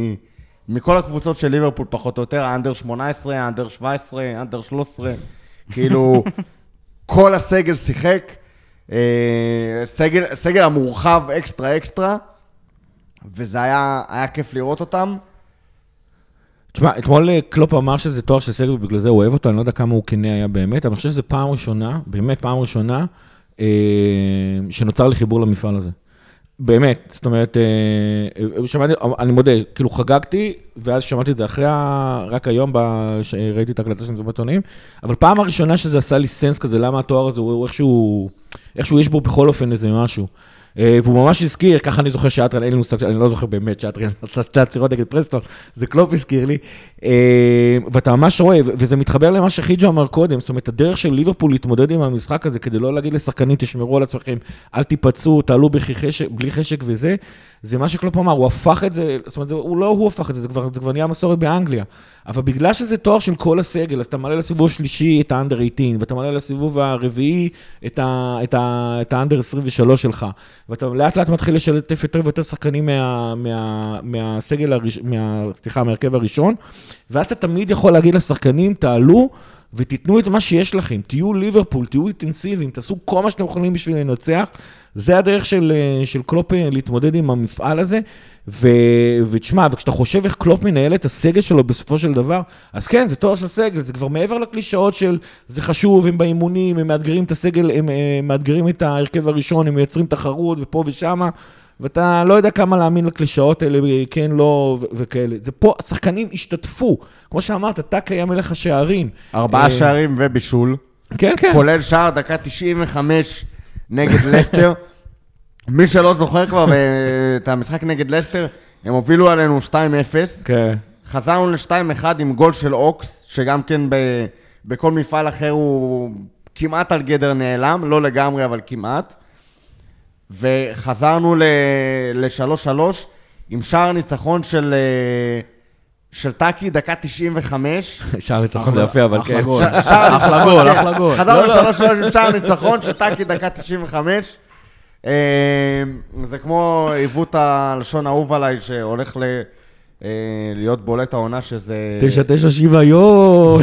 מכל הקבוצות של ליברפול פחות או יותר, האנדר 18, האנדר 17, האנדר 13, כאילו כל הסגל שיחק, סגל המורחב אקסטרה, וזה היה כיף לראות אותם. תשמע, אתמול קלופ אמר שזה תואר של סגל, ובגלל זה הוא אוהב אותו, אני לא יודע כמה הוא כנה היה באמת, אבל אני חושב שזה פעם ראשונה, באמת פעם ראשונה, שנוצר לי חיבור למפעל הזה. באמת, זאת אומרת, שמעתי, אני מודה, כאילו חגגתי, ואז שמעתי את זה אחרי, רק היום, ראיתי את ההקלטה של בעיתונים, אבל פעם הראשונה שזה עשה לי סנס כזה, למה התואר הזה, הוא איכשהו יש בו בכל אופן איזה משהו. והוא ממש הזכיר, ככה אני זוכר שאטריאן, אין לי מושג, אני לא זוכר באמת שאטריאן עשה 2 עצירות נגד פרסטון, זה קלופ הזכיר לי, ואתה ממש רואה, וזה מתחבר למה שחיג'ו אמר קודם, זאת אומרת, הדרך של ליברפול להתמודד עם המשחק הזה, כדי לא להגיד לשחקנים, תשמרו על עצמכם, אל תיפצעו, תעלו בלי חשק וזה, זה מה שקלופ אמר, הוא הפך את זה, זאת אומרת, הוא הפך את זה, זה כבר נהיה מסורת באנגליה, אבל בגלל שזה תואר של כל הסגל, אז אתה מעלה לסיבוב השלישי את האנדר 18, ואתה מעלה לסיבוב הרביעי את האנדר 23 שלך, ואתה לאט לאט מתחיל לשתף יותר ויותר שחקנים מהסגל, מהרכב הראשון, ואז אתה תמיד יכול להגיד לשחקנים, תעלו ותיתנו את מה שיש לכם, תהיו ליברפול, תהיו אינטנסיביים, תעשו כל מה שאתם יכולים בשביל לנצח, זה הדרך של קלופ להתמודד עם המפעל הזה, ותשמע, וכשאתה חושב איך קלופ מנהל את הסגל שלו בסופו של דבר, אז כן, זה תואר של הסגל, זה כבר מעבר לקלישאות של זה חשוב, הם באימונים, הם מאתגרים את הסגל, הם מאתגרים את ההרכב הראשון, הם מייצרים תחרות ופה ושמה, ואתה לא יודע כמה להאמין לקלישאות האלה, כן, לא, וכאלה. זה פה, השחקנים השתתפו, כמו שאמרת, טאק היה מלך השערים. 4 שערים ובישול. כן, כן. כולל שער, דקה 95 נגד לסטר. מי שלא זוכר כבר את המשחק נגד לסטר, הם הובילו עלינו 2-0. כן. חזרנו ל-2-1 עם גול של אוקס, שגם כן בכל מפעל אחר הוא כמעט על גדר נעלם, לא לגמרי, אבל כמעט. וחזרנו ל-3-3 עם שער ניצחון של טאקי, דקה 95. שער ניצחון זה יפה, אבל כן. אחלה גול. חזרנו ל-3-3 עם שער ניצחון של טאקי, דקה 95. זה כמו עיוות הלשון האהוב עליי, שהולך להיות בולט העונה שזה... 9 שוויון.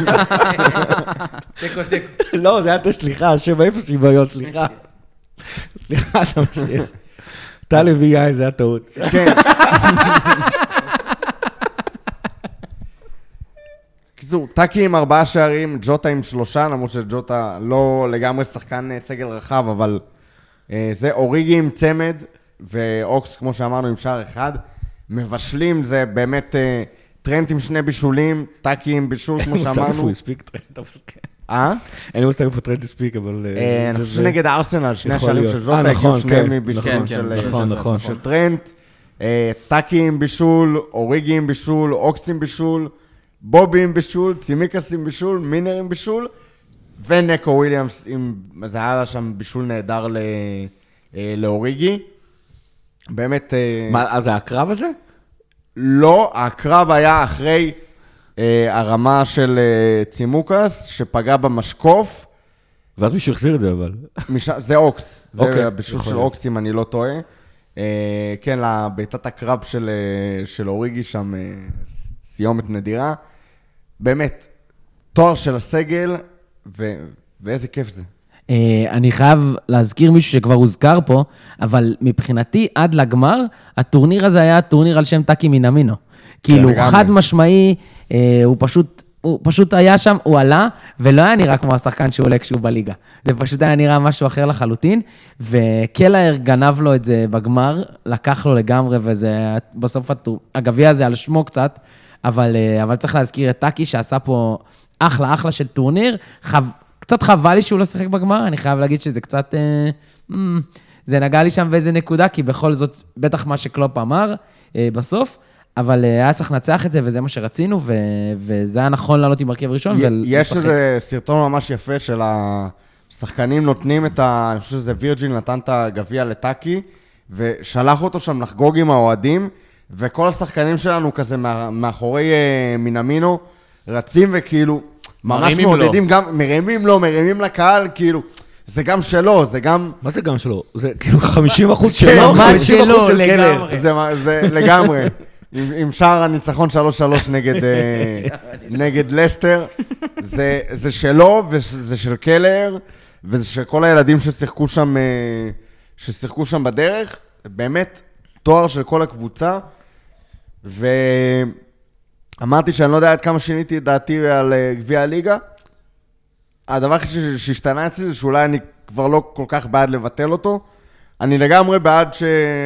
לא, זה היה סליחה, 7-0 שוויון, סליחה. סליחה, אתה משאיר. טל לוי, זה היה טעות. כן. בקיצור, טאקי עם 4 שערים, ג'וטה עם 3, למרות שג'וטה לא לגמרי שחקן סגל רחב, אבל זה אוריגי עם צמד, ואוקס, כמו שאמרנו, עם שער 1. מבשלים, זה באמת טרנט עם 2 בישולים, טאקי עם בישול, כמו שאמרנו. אני מושג איפה הוא הספיק טרנט, אבל כן. אין לי מושג איפה טרנט הספיק, אבל... אני חושב שנגד הארסנל, 2 שערים של ג'וטה, הגיעו 2 מבישולים של טרנט. טאקי עם בישול, אוריגי עם בישול, אוקס עם בישול, בובי עם בישול, צימיקס עם בישול, מינר עם בישול, ונקו וויליאמס עם... זה היה שם בישול נהדר לאוריגי. באמת... מה, אז זה הקרב הזה? לא, הקרב היה אחרי הרמה של צימוקס, שפגע במשקוף. ואז מישהו החזיר את זה, אבל... זה אוקס, זה בישול של אוקס, אם אני לא טועה. כן, לביתת הקרב של אוריגי שם סיומת נדירה. באמת, תואר של הסגל, ואיזה כיף זה. אני חייב להזכיר מישהו שכבר הוזכר פה, אבל מבחינתי עד לגמר, הטורניר הזה היה טורניר על שם טאקי מינאמינו. כאילו חד משמעי, הוא פשוט היה שם, הוא עלה, ולא היה נראה כמו השחקן שהוא עולה כשהוא בליגה. זה פשוט היה נראה משהו אחר לחלוטין, וקלר גנב לו את זה בגמר, לקח לו לגמרי, וזה בסוף הגביע הזה על שמו קצת, אבל צריך להזכיר את טאקי שעשה פה אחלה של טורניר, קצת חבל לי שהוא לא שיחק בגמר, אני חייב להגיד שזה קצת, זה נגע לי שם באיזה נקודה, כי בכל זאת, בטח מה שקלופ אמר בסוף, אבל היה צריך לנצח את זה, וזה מה שרצינו, וזה היה נכון לעלות עם הרכב ראשון, יש איזה סרטון ממש יפה של השחקנים נותנים אני חושב שזה וירג'יל נתן את הגביע לטאקי, ושלח אותו שם לחגוג עם האוהדים, וכל השחקנים שלנו כזה מאחורי מינאמינו, רצים וכאילו, ממש מעודדים גם, מרימים לקהל, כאילו, זה גם שלו, זה גם... מה זה גם שלו? זה כאילו 50% שלו, 50% של קלר. זה לגמרי. עם שער הניצחון 3-3 נגד לסטר, זה שלו וזה של קלר, וזה של כל הילדים ששיחקו שם בדרך, באמת תואר של כל הקבוצה, אמרתי שאני לא יודע עד כמה שיניתי את דעתי על גביע הליגה. הדבר שהשתנה אצלי זה שאולי אני כבר לא כל כך בעד לבטל אותו. אני לגמרי בעד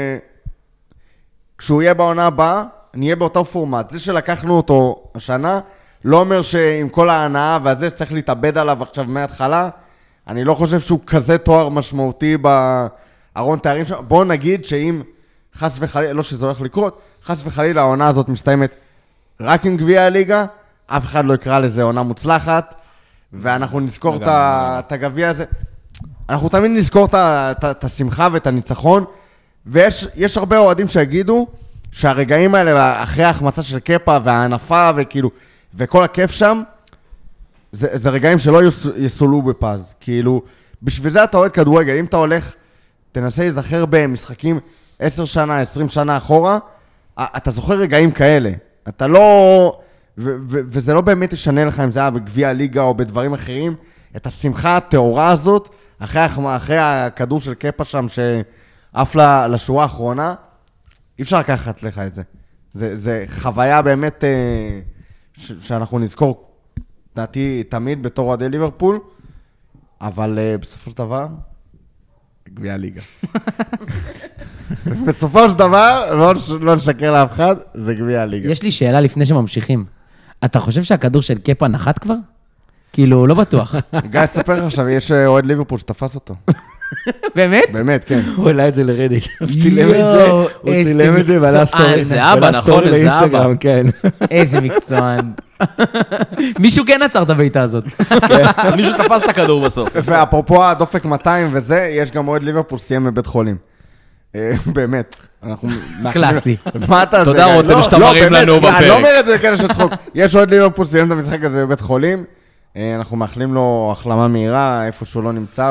כשהוא יהיה בעונה הבאה, אני אהיה באותו פורמט. זה שלקחנו אותו השנה, לא אומר שעם כל ההנאה והזה צריך להתאבד עליו עכשיו מההתחלה. אני לא חושב שהוא כזה תואר משמעותי בארון תארים שם. בואו נגיד שאם חס וחלילה, לא שזה הולך לקרות, חס וחלילה העונה הזאת מסתיימת רק עם גביע הליגה, אף אחד לא יקרא לזה עונה מוצלחת, ואנחנו נזכור את הגביע הזה. אנחנו תמיד נזכור את השמחה ואת הניצחון, ויש הרבה אוהדים שיגידו שהרגעים האלה, אחרי ההחמצה של קפה והענפה וכאילו, וכל הכיף שם, זה רגעים שלא יסולו בפז. כאילו, בשביל זה אתה אוהד כדורגל. אם אתה הולך, תנסה להיזכר במשחקים 10 שנה, 20 שנה אחורה, אתה זוכר רגעים כאלה. אתה לא, וזה לא באמת ישנה לך אם זה היה בגביע הליגה או בדברים אחרים, את השמחה התאורה הזאת, אחרי הכדור של קפה שם שעף לשורה האחרונה, אי אפשר לקחת לך את זה. זה חוויה באמת שאנחנו נזכור, דעתי תמיד בתור אוהדי ליברפול, אבל בסופו של דבר, גביע הליגה. בסופו של דבר, לא נשקר לאף אחד, זה גביע הליגה. יש לי שאלה לפני שממשיכים. אתה חושב שהכדור של קפה נחת כבר? כאילו, לא בטוח. גיא, ספר לך עכשיו, יש אוהד ליברפול שתפס אותו. באמת? באמת, כן. הוא העלה את זה לרדיט. הוא צילם את זה ועלה סטורי. זה אבא, נכון, זה אבא. איזה מקצוען. מישהו כן עצר את הביתה הזאת. מישהו תפס את הכדור בסוף. ואפרופו הדופק 200 וזה, יש גם אוהד ליברפול סיים בבית חולים. באמת. קלאסי. תודה רותם שאתה מרים לנו בפרק. אני לא אומר את זה כאלה שצחוק. יש אוהד ליברפול סיים את המשחק הזה בבית חולים. אנחנו מאחלים לו החלמה מהירה, איפה שהוא לא נמצא,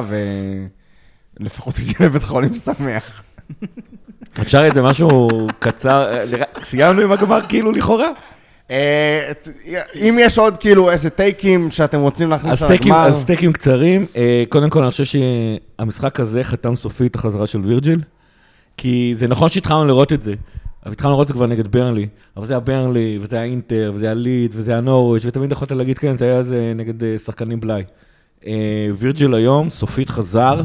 ולפחות הגיע לבית חולים שמח. אפשר את זה משהו קצר, סיימנו עם הגמר כאילו לכאורה? אם יש עוד כאילו איזה טייקים שאתם רוצים להכניס על הגמר. אז טייקים קצרים, קודם כל אני חושב שהמשחק הזה חתם סופית החזרה של וירג'יל, כי זה נכון שהתחלנו לראות את זה, אבל התחלנו לראות את זה כבר נגד ברנלי, אבל זה היה ברנלי, וזה היה אינטר, וזה היה ליד, וזה היה נוריץ', ותמיד יכולת להגיד, כן, זה היה זה נגד שחקנים בלאי. וירג'יל היום, סופית חזר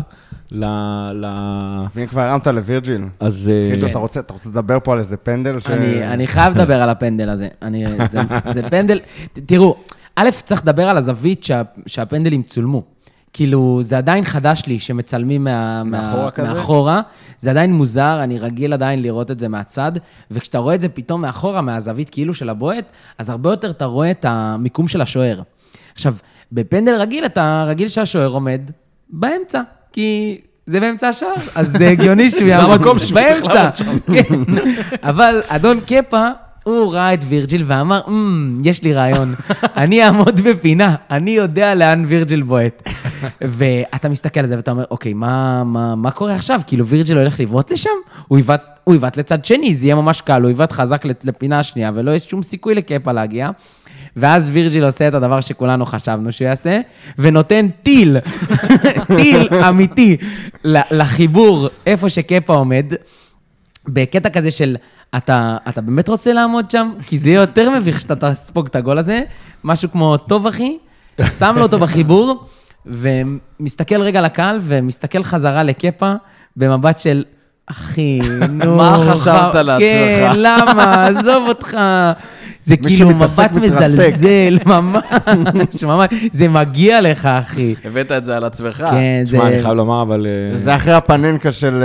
ואם כבר הרמת לווירג'יל, אז... חידו, אתה רוצה לדבר פה על איזה פנדל ש... אני חייב לדבר על הפנדל הזה. זה פנדל... תראו, א', צריך לדבר על הזווית שהפנדלים צולמו. כאילו, זה עדיין חדש לי שמצלמים מאחורה. זה עדיין מוזר, אני רגיל עדיין לראות את זה מהצד, וכשאתה רואה את זה פתאום מאחורה, מהזווית כאילו של הבועט, אז הרבה יותר אתה רואה את המיקום של השוער. עכשיו, בפנדל רגיל, אתה רגיל שהשוער עומד באמצע, כי זה באמצע השער, אז זה הגיוני שהוא יעמוד באמצע. אבל אדון קפה, הוא ראה את וירג'יל ואמר, יש לי רעיון, אני אעמוד בפינה, אני יודע לאן וירג'יל בועט. ואתה מסתכל על זה ואתה אומר, אוקיי, מה קורה עכשיו? כאילו וירג'יל הולך לבעוט לשם? הוא יבעט לצד שני, זה יהיה ממש קל, הוא יבעט חזק לפינה השנייה, ולא יש שום סיכוי לקפה להגיע. ואז וירג'יל עושה את הדבר שכולנו חשבנו שהוא יעשה, ונותן טיל אמיתי לחיבור איפה שקפה עומד, בקטע כזה של, אתה באמת רוצה לעמוד שם? כי זה יהיה יותר מביך שאתה תספוג את הגול הזה, משהו כמו טוב אחי, שם לו אותו בחיבור, ומסתכל רגע לקהל, ומסתכל חזרה לקפה, במבט של, אחי, נו, מה חשבת לעצמך? כן, למה? עזוב אותך. זה כאילו מבט מזלזל, ממש, זה מגיע לך, אחי. הבאת את זה על עצמך. כן, זה... תשמע, אני חייב לומר, אבל... זה אחרי הפננקה של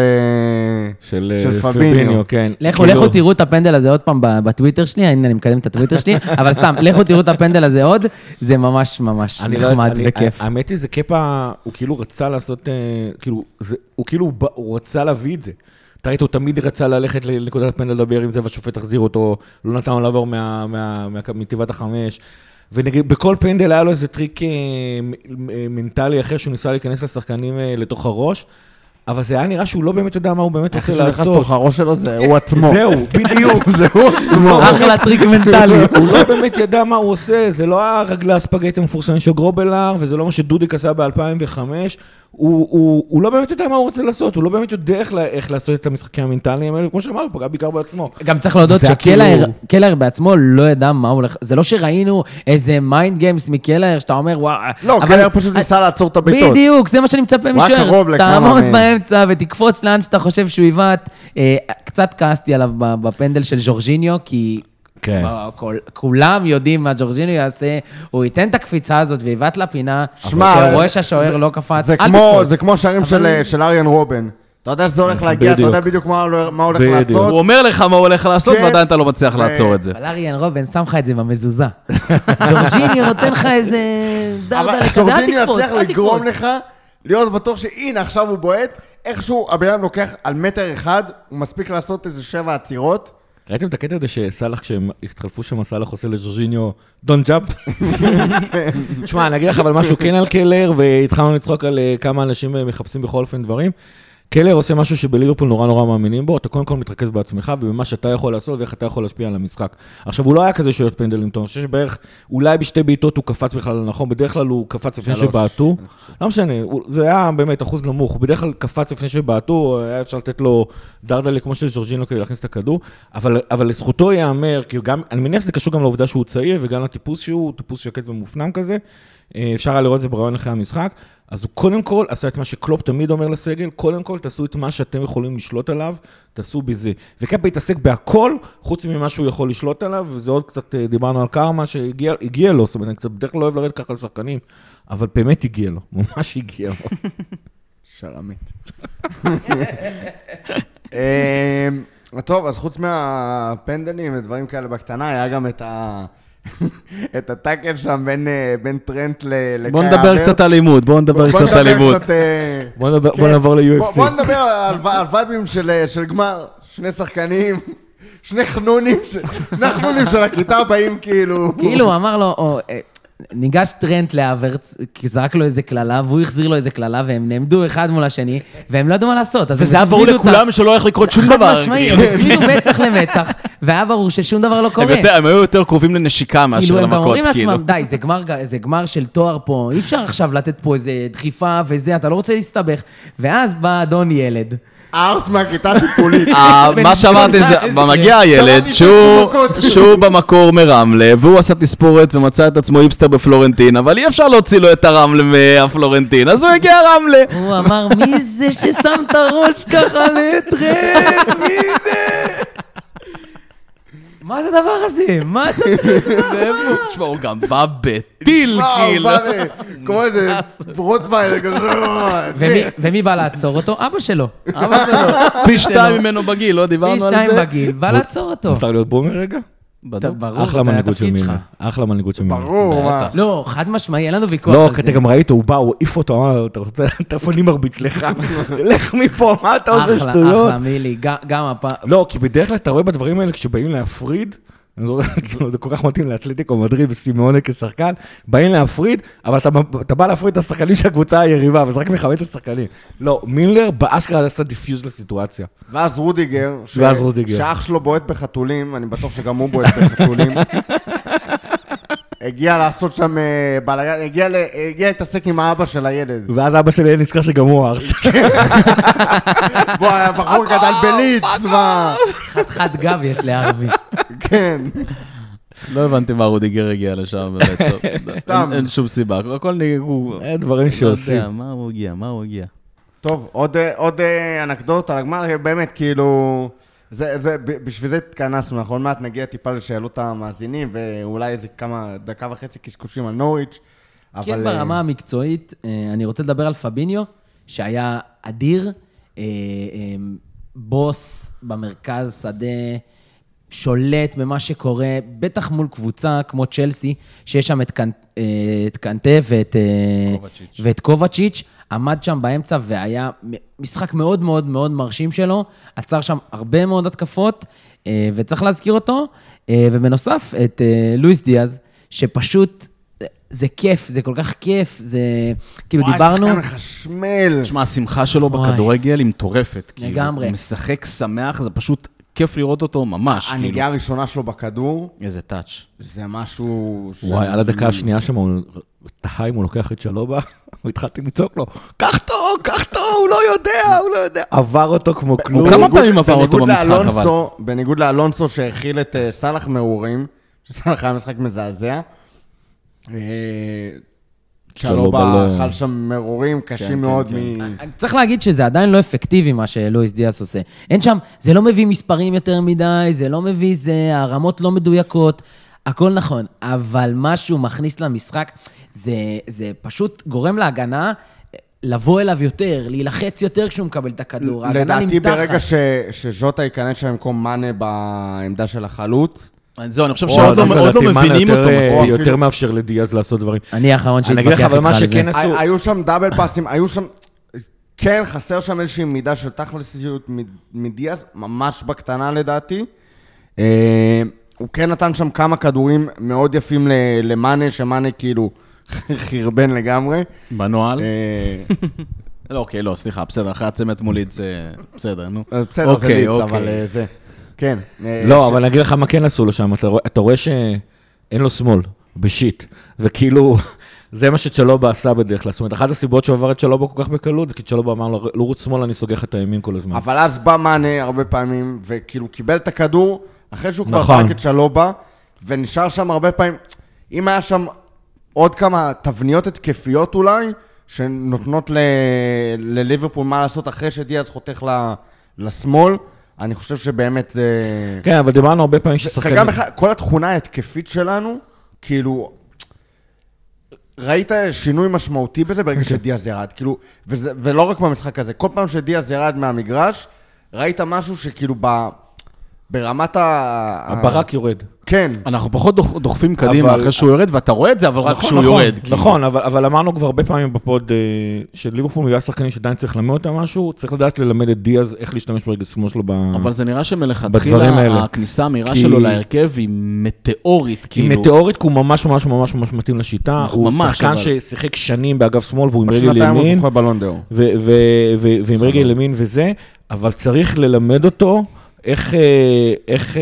פביניו. כן. לכו תראו את הפנדל הזה עוד פעם בטוויטר שלי, הנה אני מקדם את הטוויטר שלי, אבל סתם, לכו תראו את הפנדל הזה עוד, זה ממש ממש נחמד וכיף. האמת היא, זה קפה, הוא כאילו רצה לעשות, הוא כאילו רצה להביא את זה. אתה ראית, הוא תמיד רצה ללכת לנקודת הפנדל לדבר עם זה, והשופט תחזיר אותו, לא נתן לו לעבור מטבעת החמש, ובכל פנדל היה לו איזה טריק מנטלי אחר, שהוא ניסה להיכנס לשחקנים לתוך הראש, אבל זה היה נראה שהוא לא באמת יודע מה הוא באמת רוצה לעשות. איך לתוך הראש שלו זה הוא עצמו. זהו, בדיוק. זהו עצמו. אחלה טריק מנטלי. הוא לא באמת ידע מה הוא עושה, זה לא הרגלי הספגטי המפורסמים של גרובלר, וזה לא מה שדודיק עשה ב-2005, הוא לא באמת יודע מה הוא רוצה לעשות, הוא לא באמת יודע איך לעשות את המשחקים המנטליים האלה, כמו שאמר, הוא פגע בעיקר בעצמו. גם צריך להודות שקלר בעצמו לא ידע מה הוא הולך, זה לא שראינו איזה מיינד גיימס מקלר, שאתה אומר, וואו... לא, קלר פשוט ניסה לעצור את הביתות. בדיוק, זה מה שאני מצפה משוער. תעמוד באמצע ותקפוץ לאן שאתה חושב שהוא יבעט. קצת כעסתי עליו בפנדל של ז'ורג'יניו, כי... כולם יודעים מה ג'ורג'יניו יעשה, הוא ייתן את הקפיצה הזאת ויבעט לפינה, שרואה שהשוער לא קפץ, זה כמו שערים של אריאן רובן. אתה יודע שזה הולך להגיע, אתה יודע בדיוק מה הולך לעשות. הוא אומר לך מה הוא הולך לעשות, ועדיין אתה לא מצליח לעצור את זה. אבל אריאן רובן שם לך את זה במזוזה. ג'ורג'יניו נותן לך איזה דרדלה, אבל ג'ורג'יניו יצליח לגרום לך להיות בטוח שהנה עכשיו הוא בועט, איכשהו הבן לוקח על מטר אחד, הוא מספיק לעשות איזה 7 עצירות, ראיתם את הקטע הזה שסלח, כשהם התחלפו שם, סלח עושה לג'ורג'יניו, don't jump? תשמע, אני אגיד לך אבל משהו כן על קלר, והתחלנו לצחוק על כמה אנשים מחפשים בכל אופן דברים. קלר עושה משהו שבליברפול נורא נורא מאמינים בו, אתה קודם כל מתרכז בעצמך, ובמה שאתה יכול לעשות, ואיך אתה יכול להשפיע על המשחק. עכשיו, הוא לא היה כזה שיות פנדלים טוב, אני חושב שבערך, אולי בשתי בעיטות הוא קפץ בכלל נכון, בדרך כלל הוא קפץ לפני שבעטו, לא משנה, זה היה באמת אחוז נמוך, הוא בדרך כלל קפץ לפני שבעטו, היה אפשר לתת לו דרדלה כמו של ז'ורג'יניו כדי להכניס את הכדור, אבל לזכותו ייאמר, כי גם, אני מניח שזה קשור גם לעובדה שהוא צעיר, וגם לטיפוס שהוא, טיפוס שקט ומופנם כזה, אפשר היה לראות את זה ברעיון אחרי המשחק, אז הוא קודם כל עשה את מה שקלופ תמיד אומר לסגל, קודם כל תעשו את מה שאתם יכולים לשלוט עליו, תעשו בזה. וקפה יתעסק בהכל, חוץ ממה שהוא יכול לשלוט עליו, וזה עוד קצת דיברנו על קרמה שהגיע לו, זאת אומרת, אני קצת בדרך כלל לא אוהב לרדת ככה לשחקנים, אבל באמת הגיע לו, ממש הגיע לו. שלמית. טוב, אז חוץ מהפנדלים ודברים כאלה בקטנה, היה גם את הטאקל שם בין טרנט לקאי. בוא נדבר קצת על לימוד, בוא נעבור ל-UFC. בוא נדבר על וייבים של גמר, שני שחקנים, שני חנונים של הכיתה באים כאילו... כאילו, אמר לו, ניגש טרנט לאברץ, כי זרק לו איזה כללה, והוא החזיר לו איזה כללה, והם נעמדו אחד מול השני, והם לא ידעו מה לעשות. וזה היה ברור לכולם שלא הולך לקרות שום דבר. חד משמעי, הם הצמידו מצח למצח, והיה ברור ששום דבר לא קורה. הם היו יותר קרובים לנשיקה מאשר למכות, כאילו. הם אומרים לעצמם, די, זה גמר של תואר פה, אי אפשר עכשיו לתת פה איזה דחיפה וזה, אתה לא רוצה להסתבך. ואז בא אדון ילד, ארס מהכיתה טיפולית. מה שאמרתי זה, מגיע הילד שהוא במקור מרמלה, והוא עשה תספורת ומצא את עצמו היפסטר בפלורנטין, אבל אי אפשר להוציא לו את הרמלה מהפלורנטין, אז הוא הגיע רמלה. הוא אמר, מי זה ששם את הראש ככה לטרק? מי זה? מה זה הדבר הזה? מה אתה... תשמע, הוא גם בא בטיל, כאילו. כמו איזה רוטוויילר כזה. ומי בא לעצור אותו? אבא שלו. אבא שלו. פי 2 ממנו בגיל, לא דיברנו על זה? פי 2 בגיל, בא לעצור אותו. מותר להיות בומר רגע? ברור, אחלה מנהיגות של מיני. אחלה מנהיגות של מיני. ברור, מה? לא, חד משמעי, אין לנו ויכוח על לא, זה. כי אתה גם ראית, הוא בא, הוא העיף אותו, אמר, אתה רוצה, תכף אני מרביץ לך. לך מפה, מה אתה עושה שטויות? אחלה, מילי, גם הפעם... לא, כי בדרך כלל אתה רואה בדברים האלה, כשבאים להפריד, זה כל כך מתאים לאתלטיקו מדריד וסימאונה כשחקן, באים להפריד, אבל אתה בא להפריד את השחקנים של הקבוצה היריבה, וזה רק מכבד את השחקנים. לא, מילר באשכרה עשה דיפיוז לסיטואציה. ואז רודיגר, שאח שלו בועט בחתולים, אני בטוח שגם הוא בועט בחתולים, הגיע לעשות שם בלגן, הגיע להתעסק עם האבא של הילד. ואז אבא שלי נזכר שגם הוא ארס. בוא, הבחור גדל בליץ, מה? חד גב יש לערבי. כן. לא הבנתי מה רודיגר הגיע לשם, באמת, טוב. אין שום סיבה, הכל נגעו. אין דברים שעושים. לא יודע, מה הוא הגיע? טוב, עוד אנקדוטה על הגמר, באמת, כאילו... בשביל זה התכנסנו, נכון? מעט נגיע טיפה לשאלות המאזינים, ואולי איזה דקה וחצי קשקושים על נוריץ'. כן, ברמה המקצועית, אני רוצה לדבר על פביניו, שהיה אדיר, בוס במרכז שדה, שולט במה שקורה, בטח מול קבוצה כמו צ'לסי, שיש שם את קנטה ואת קובצ'יץ', עמד שם באמצע והיה משחק מאוד מאוד מאוד מרשים שלו, עצר שם הרבה מאוד התקפות, וצריך להזכיר אותו, ובנוסף את לואיס דיאז, שפשוט זה כיף, זה כל כך כיף, זה כאילו דיברנו... וואי, שחקן מחשמל. תשמע, השמחה שלו בכדורגל היא מטורפת. לגמרי. הוא משחק שמח, זה פשוט כיף לראות אותו ממש. הנגיעה הראשונה שלו בכדור. איזה טאץ'. זה משהו... וואי, על הדקה השנייה שם, תהיים, הוא לוקח את שלובה, והתחלתי לצעוק לו, קח תו, הוא לא יודע. עבר אותו כמו כלום. כמה פעמים עבר אותו במשחק, אבל? בניגוד לאלונסו שהכיל את סלח מעורים, שסלח היה משחק מזעזע, שלובה אכל שם מרורים קשים מאוד. צריך להגיד שזה עדיין לא אפקטיבי מה שלואיס דיאס עושה. אין שם, זה לא מביא מספרים יותר מדי, זה לא מביא, הרמות לא מדויקות, הכל נכון, אבל משהו מכניס למשחק, זה פשוט גורם להגנה לבוא אליו יותר, להילחץ יותר כשהוא מקבל את הכדור. לדעתי ברגע שז'וטה ייכנס שם במקום מאנה בעמדה של החלוץ, זהו, אני חושב שעוד לא מבינים אותו מספיק. יותר מאפשר לדיאז לעשות דברים. אני האחרון שהתווכח איתך על זה. היו שם דאבל פאסים, היו שם... כן, חסר שם איזושהי מידה של תכלסיות מדיאז, ממש בקטנה לדעתי. הוא כן נתן שם כמה כדורים מאוד יפים למאנה, שמאנה כאילו חרבן לגמרי. בנועל? לא, אוקיי, לא, סליחה, בסדר, אחרי הצמת מוליד זה בסדר, נו. בסדר, זה ליץ, אבל זה... כן. לא, אבל אני אגיד לך מה כן עשו לו שם, אתה רואה שאין לו שמאל, בשיט, וכאילו, זה מה שצ'לובה עשה בדרך כלל, זאת אומרת, אחת הסיבות שהוא עבר את צ'לובה כל כך בקלות, זה כי צ'לובה אמר לו, לא רוץ שמאל, אני סוגח את הימין כל הזמן. אבל אז בא מאנה הרבה פעמים, וכאילו קיבל את הכדור, אחרי שהוא כבר פרק את צ'לובה, ונשאר שם הרבה פעמים, אם היה שם עוד כמה תבניות התקפיות אולי, שנותנות לליברפול מה לעשות אחרי שדיאז חותך לשמאל, אני חושב שבאמת זה... כן, אבל דיברנו הרבה פעמים ששחקנים... וגם כל התכונה ההתקפית שלנו, כאילו, ראית שינוי משמעותי בזה ברגע שדיאז ירד, כאילו, ולא רק במשחק הזה, כל פעם שדיאז ירד מהמגרש, ראית משהו שכאילו ברמת הברק יורד. כן. אנחנו פחות דוחפים קדימה אחרי שהוא יורד, ואתה רואה את זה, אבל רק כשהוא יורד. נכון, אבל אמרנו כבר הרבה פעמים בפוד, שליברפול מביאה שחקנים שעדיין צריך ללמד אותם משהו, צריך לדעת ללמד את דיאז איך להשתמש ברגע שמאל שלו אבל זה נראה שמלכתחילה הכניסה המהירה שלו להרכב היא מטאורית. היא מטאורית, כי הוא ממש ממש ממש ממש מתאים לשיטה. הוא שחקן ששיחק שנים באגף שמאל, והוא עם רגל ימין. ועם רגל ימין וזה, אבל צריך ללמד אותו איך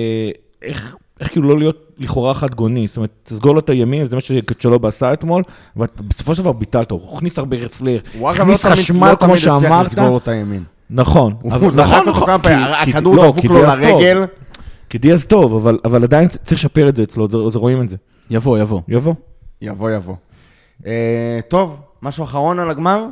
כאילו לא להיות לכאורה חד גוני, זאת אומרת, תסגור לו את הימין, זה מה שצ'לובה עשה אתמול, ובסופו של דבר ביטלת, הוא הכניס הרבה רפלר, הכניס חשמל כמו שאמרת, לסגור לו את הימין. נכון. הוא זרק אותו כמה פעמים, הכדור דפוק לו לרגל. כי דיאז טוב, אבל עדיין צריך לשפר את זה אצלו, אז רואים את זה. יבוא. טוב, משהו אחרון על הגמר?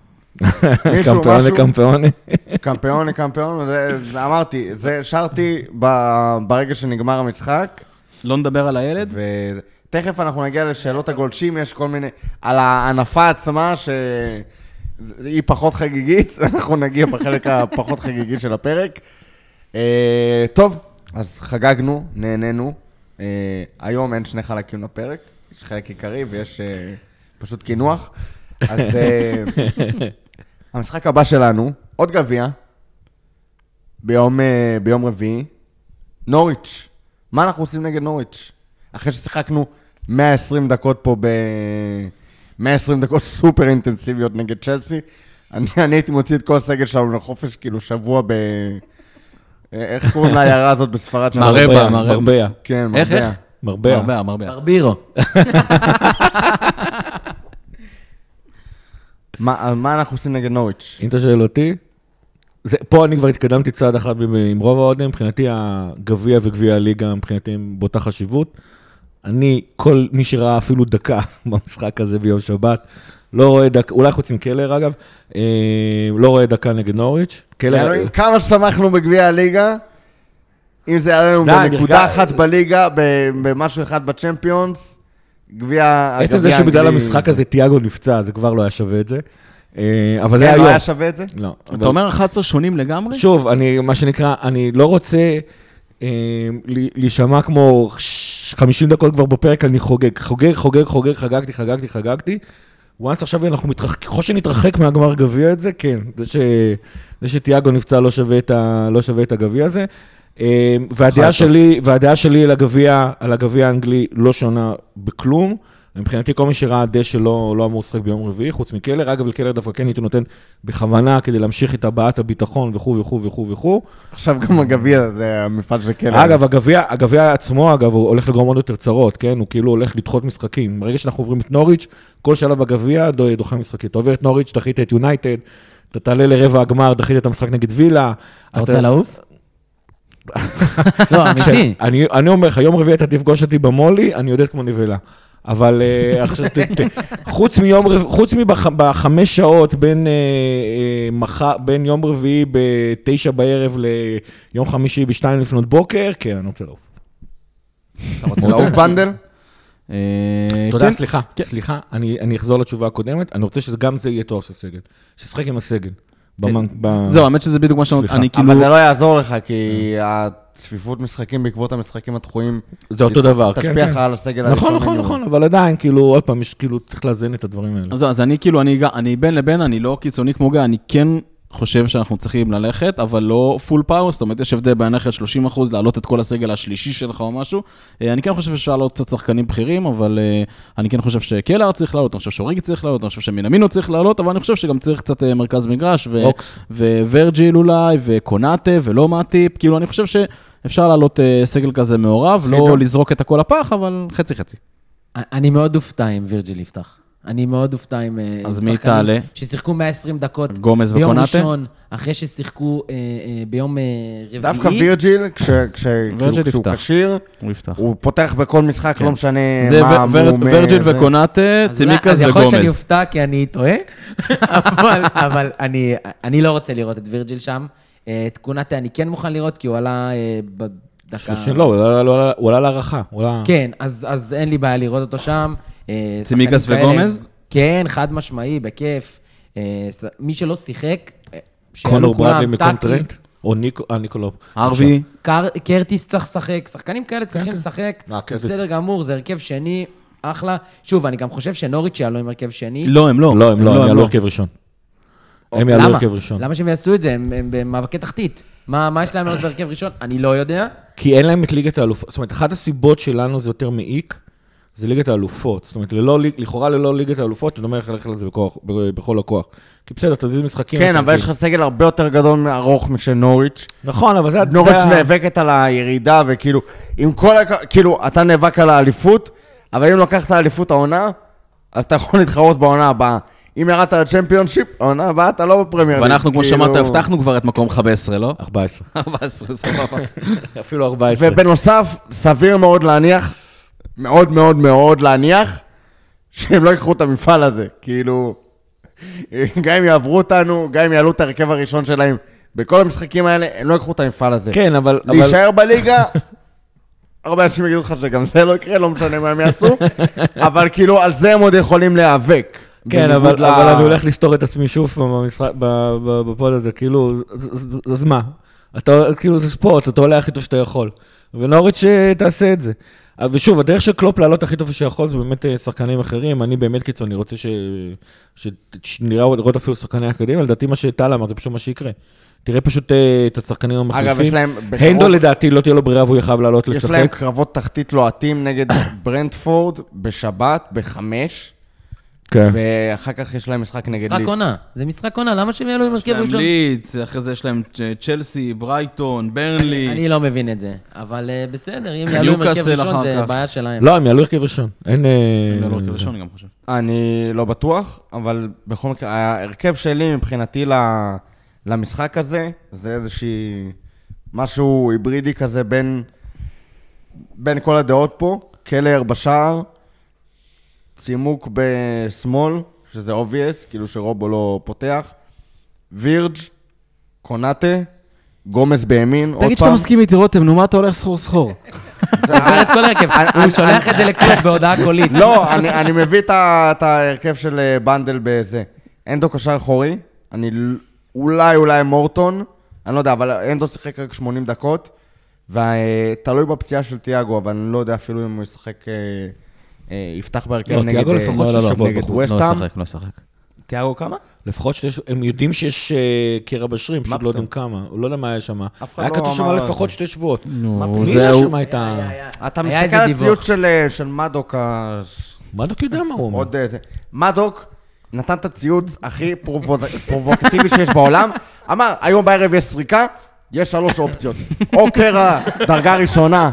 קמפיוני, אמרתי, זה שרתי ברגע שנגמר המשחק. לא נדבר על הילד? ותכף אנחנו נגיע לשאלות הגולשים, יש כל מיני, על הענפה עצמה שהיא פחות חגיגית, אנחנו נגיע בחלק הפחות חגיגי של הפרק. טוב, אז חגגנו, נהנינו. היום אין שני חלקים לפרק, יש חלק עיקרי ויש פשוט כינוח. אז המשחק הבא שלנו, עוד גביע, ביום רביעי, נוריץ'. מה אנחנו עושים נגד נוריץ'? אחרי ששיחקנו 120 דקות פה 120 דקות סופר אינטנסיביות נגד צ'לסי, אני הייתי מוציא את כל הסגל שלנו לחופש, כאילו שבוע איך קוראים לעיירה הזאת בספרד? מרביה. כן, מרביה. מרביה. מרבירו. מה אנחנו עושים נגד נוריץ'? אם אתה שואל אותי, פה אני כבר התקדמתי צעד אחד עם רוב האוהדים, מבחינתי הגביע וגביע הליגה, מבחינתי הם באותה חשיבות. כל מי שראה אפילו דקה במשחק הזה ביום שבת, לא רואה דקה, אולי חוץ עם קלר אגב, לא רואה דקה נגד נוריץ'. כמה ששמחנו בגביע הליגה, אם זה היה לנו בנקודה אחת בליגה, במשהו אחד בצ'מפיונס, גביע... בעצם זה שבגלל המשחק הזה תיאגו נפצע, זה כבר לא היה שווה את זה. אבל זה היה היום. לא היה שווה את זה? לא. אתה אומר 11 שונים לגמרי? שוב, מה שנקרא, אני לא רוצה להישמע כמו 50 דקות כבר בפרק, אני חוגג, חגגתי. וואנס עכשיו אנחנו ככל שנתרחק מהגמר גביע את זה, כן, זה שתיאגו נפצע לא שווה את הגביע הזה. והדעה שלי על הגביע האנגלי לא שונה בכלום. מבחינתי כל מי שראה דשא לא אמור לשחק ביום רביעי, חוץ מקלר. אגב, לקלר דווקא כן הייתי נותן בכוונה כדי להמשיך את הבעת הביטחון וכו'. עכשיו גם הגביע זה המפעל של קלר. אגב, הגביע עצמו, אגב, הוא הולך לגרום עוד יותר צרות, כן? הוא כאילו הולך לדחות משחקים. ברגע שאנחנו עוברים את נוריץ', כל שלב בגביע דוחה משחקים. אתה עובר את נוריץ', דחית את יונייטד, אתה תעלה לרבע הגמר, דחית את המשחק נגד וילה. אתה רוצה לעוף? לא, אמיתי. אני אומר לך, יום רביעי אתה תפגוש אותי במולי, אני יודע כמו נבלה. אבל חוץ מבחמש שעות בין יום רביעי ב-9 בערב ליום חמישי ב-2 לפנות בוקר, כן, אני רוצה לעוף. אתה רוצה לעוף בנדל? תודה, סליחה, אני אחזור לתשובה הקודמת, אני רוצה שגם זה יהיה תואר של סגל, ששחק עם הסגל. זהו, האמת שזה בדיוק מה שאני כאילו... אבל זה לא יעזור לך, כי הצפיפות משחקים בעקבות המשחקים התחויים... זה אותו דבר, כן. תשפיע לך על הסגל הראשון. נכון, אבל עדיין, כאילו, עוד פעם, יש כאילו, צריך לאזן את הדברים האלה. אז אני כאילו, אני בין לבין, אני לא קיצוני כמו גיא, אני כן חושב שאנחנו צריכים ללכת, אבל לא פול פאוור, זאת אומרת, יש הבדל בהנחה 30% לעלות את כל הסגל השלישי שלך או משהו. אני כן חושב שאפשר לעלות קצת שחקנים בכירים, אבל אני כן חושב שקלר צריך לעלות, אני חושב שאוריגי צריך לעלות, אני חושב שמינמינו צריך לעלות, אבל אני חושב שגם צריך קצת מרכז מגרש, וורג'יל אולי, וקונאטה, ולא מאטיפ, כאילו אני חושב שאפשר לעלות סגל כזה מעורב, לא לזרוק את הכל הפח, אבל חצי-חצי. אני מאוד אופתע עם וירג'יל יפתח. אני מאוד אופתע עם שחקנים ששיחקו 120 דקות ביום ראשון, אחרי ששיחקו ביום רביעי. דווקא וירג'יל, כשהוא קשיר, הוא פותח בכל משחק, לא משנה מה... וירג'יל וקונאטה, צימיקס וגומז. אז יכול להיות שאני אופתע כי אני טועה, אבל אני לא רוצה לראות את וירג'יל שם. את קונאטה אני כן מוכן לראות, כי הוא עלה בדקה... לא, הוא עלה להערכה. כן, אז אין לי בעיה לראות אותו שם. צימיקס וגומז? כן, חד משמעי, בכיף. מי שלא שיחק, קונור ברדלי מקונטרנט, או ניקולוב. ארווי. קרטיס צריך לשחק, שחקנים כאלה צריכים לשחק, בסדר גמור, זה הרכב שני, אחלה. שוב, אני גם חושב שנוריץ' יעלו עם הרכב שני. לא, הם לא. הם יעלו הרכב ראשון. הם יעלו הרכב ראשון. למה שהם יעשו את זה? הם במאבקי תחתית. מה יש להם לעלות בהרכב ראשון? אני לא יודע. כי אין להם את ליגת האלופות. זאת אומרת, אחת הסיבות שלנו זה יותר מעיק, זה ליגת האלופות. זאת אומרת, לכאורה ללא ליגת האלופות, אתה אומר איך ללכת לזה בכל הכוח. כי בסדר, תזיז משחקים. כן, אבל יש לך סגל הרבה יותר גדול ארוך משל נוריץ'. נכון, אבל זה... נוריץ' נאבקת על הירידה, וכאילו, כאילו, אתה נאבק על האליפות, אבל אם לוקח את האליפות העונה, אז אתה יכול להתחרות בעונה הבאה. אם ירדת לצ'מפיונשיפ, העונה הבאה אתה לא בפרמייר ליג. ואנחנו, כמו שאמרת, הבטחנו כבר את מקום 15, לא? 14. 14, סבבה. אפילו 14. ובנוסף, סביר מאוד להניח, מאוד מאוד מאוד להניח, שהם לא ייקחו את המפעל הזה. כאילו, גם אם יעברו אותנו, גם אם יעלו את הרכב הראשון שלהם, בכל המשחקים האלה, הם לא ייקחו את המפעל הזה. כן, אבל... להישאר בליגה, הרבה אנשים יגידו לך שגם זה לא יקרה, לא משנה מה הם יעשו, אבל כאילו, על זה הם עוד יכולים להיאבק. כן, אבל אני הולך לסתור את עצמי שוב בפוד הזה, כאילו, אז מה? כאילו, זה ספורט, אתה עולה הכי טוב שאתה יכול. ונוריץ' שתעשה את זה. ושוב, הדרך של קלופ לעלות הכי טוב שיכול, זה באמת שחקנים אחרים. אני באמת קיצון, אני רוצה שנראה עוד אפילו שחקני אקדמיה, לדעתי מה שטל אמר, זה פשוט מה שיקרה. תראה פשוט את השחקנים המחליפים. אגב, יש להם... הנדו לדעתי לא תהיה לו ברירה והוא יחייב לעלות לשחק. יש להם קרבות תחתית לוהטים נגד ברנטפורד בשבת, ב-5. כן. ואחר כך יש להם משחק נגד ליץ. משחק עונה, זה משחק עונה, למה שהם יעלו עם הרכב ראשון? יש להם ליץ, אחרי זה יש להם צ'לסי, ברייטון, ברנלי. אני לא מבין את זה, אבל בסדר, אם יעלו עם הרכב ראשון, זה בעיה שלהם. לא, הם יעלו הרכב ראשון. הם יעלו הרכב ראשון, אני גם חושב. אני לא בטוח, אבל בכל מקרה, ההרכב שלי מבחינתי למשחק הזה, זה איזושהי משהו היברידי כזה בין כל הדעות פה, קלר בשער, צימוק בשמאל, שזה obvious, כאילו שרובו לא פותח, וירג', קונאטה, גומס בימין, תגיד שאתה מסכים איתי רותם, נו מה אתה הולך סחור? הוא עובר את כל הרכב, הוא שולח את זה לקלופ בהודעה קולית. לא, אני מביא את ההרכב של בנדל בזה. אנדו קשר אחורי, אני אולי מורטון, אני לא יודע, אבל אנדו שיחק רק 80 דקות, ותלוי בפציעה של תיאגו, אבל אני לא יודע אפילו אם הוא ישחק... יפתח בהרכב נגד... תיאגו לפחות ששבוע בחוץ. לא שחק. תיאגו כמה? לפחות הם יודעים שיש קרע בשרים, פשוט לא יודעים כמה. הוא לא יודע מה היה שם. היה כתוב שם לפחות 2 שבועות. מי היה שם הייתה... אתה מסתכל על הציוץ של מדוק. מדוק יודע מה הוא אומר. מדוק נתן את הציוץ הכי פרובוקטיבי שיש בעולם. אמר, היום בערב יש סריקה, יש 3 אופציות. או קרע דרגה ראשונה,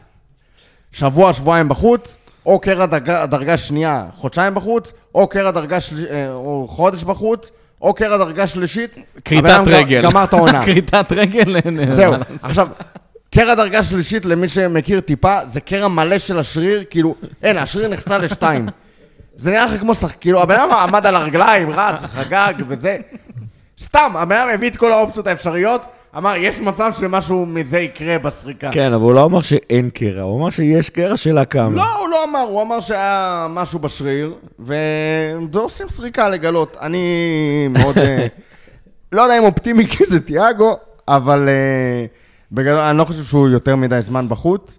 שבועיים בחוץ, או קרע דרגה שנייה, חודשיים בחוץ, או קרע דרגה או חודש בחוץ, או קרע דרגה שלישית. קריטת רגל. גמר את העונה. קריטת רגל. זהו. עכשיו, קרע דרגה שלישית, למי שמכיר טיפה, זה קרע מלא של השריר, כאילו, אין, השריר נחצה ל2. זה נראה לך כמו כאילו, הבן אדם עמד על הרגליים, רץ, חגג וזה. סתם, הבן אדם הביא את כל האופציות האפשריות, אמר, יש מצב שמשהו מזה יקרה בסריקה. כן, אבל הוא לא אמר שאין קרע, הוא אמר שיש קרע שלה כמה. לא, הוא לא אמר, הוא אמר שהיה משהו בשריר, ועושים סריקה לגלות. אני מאוד, לא יודע אם אופטימי כי זה תיאגו, אבל בגדול, אני לא חושב שהוא יותר מדי זמן בחוץ.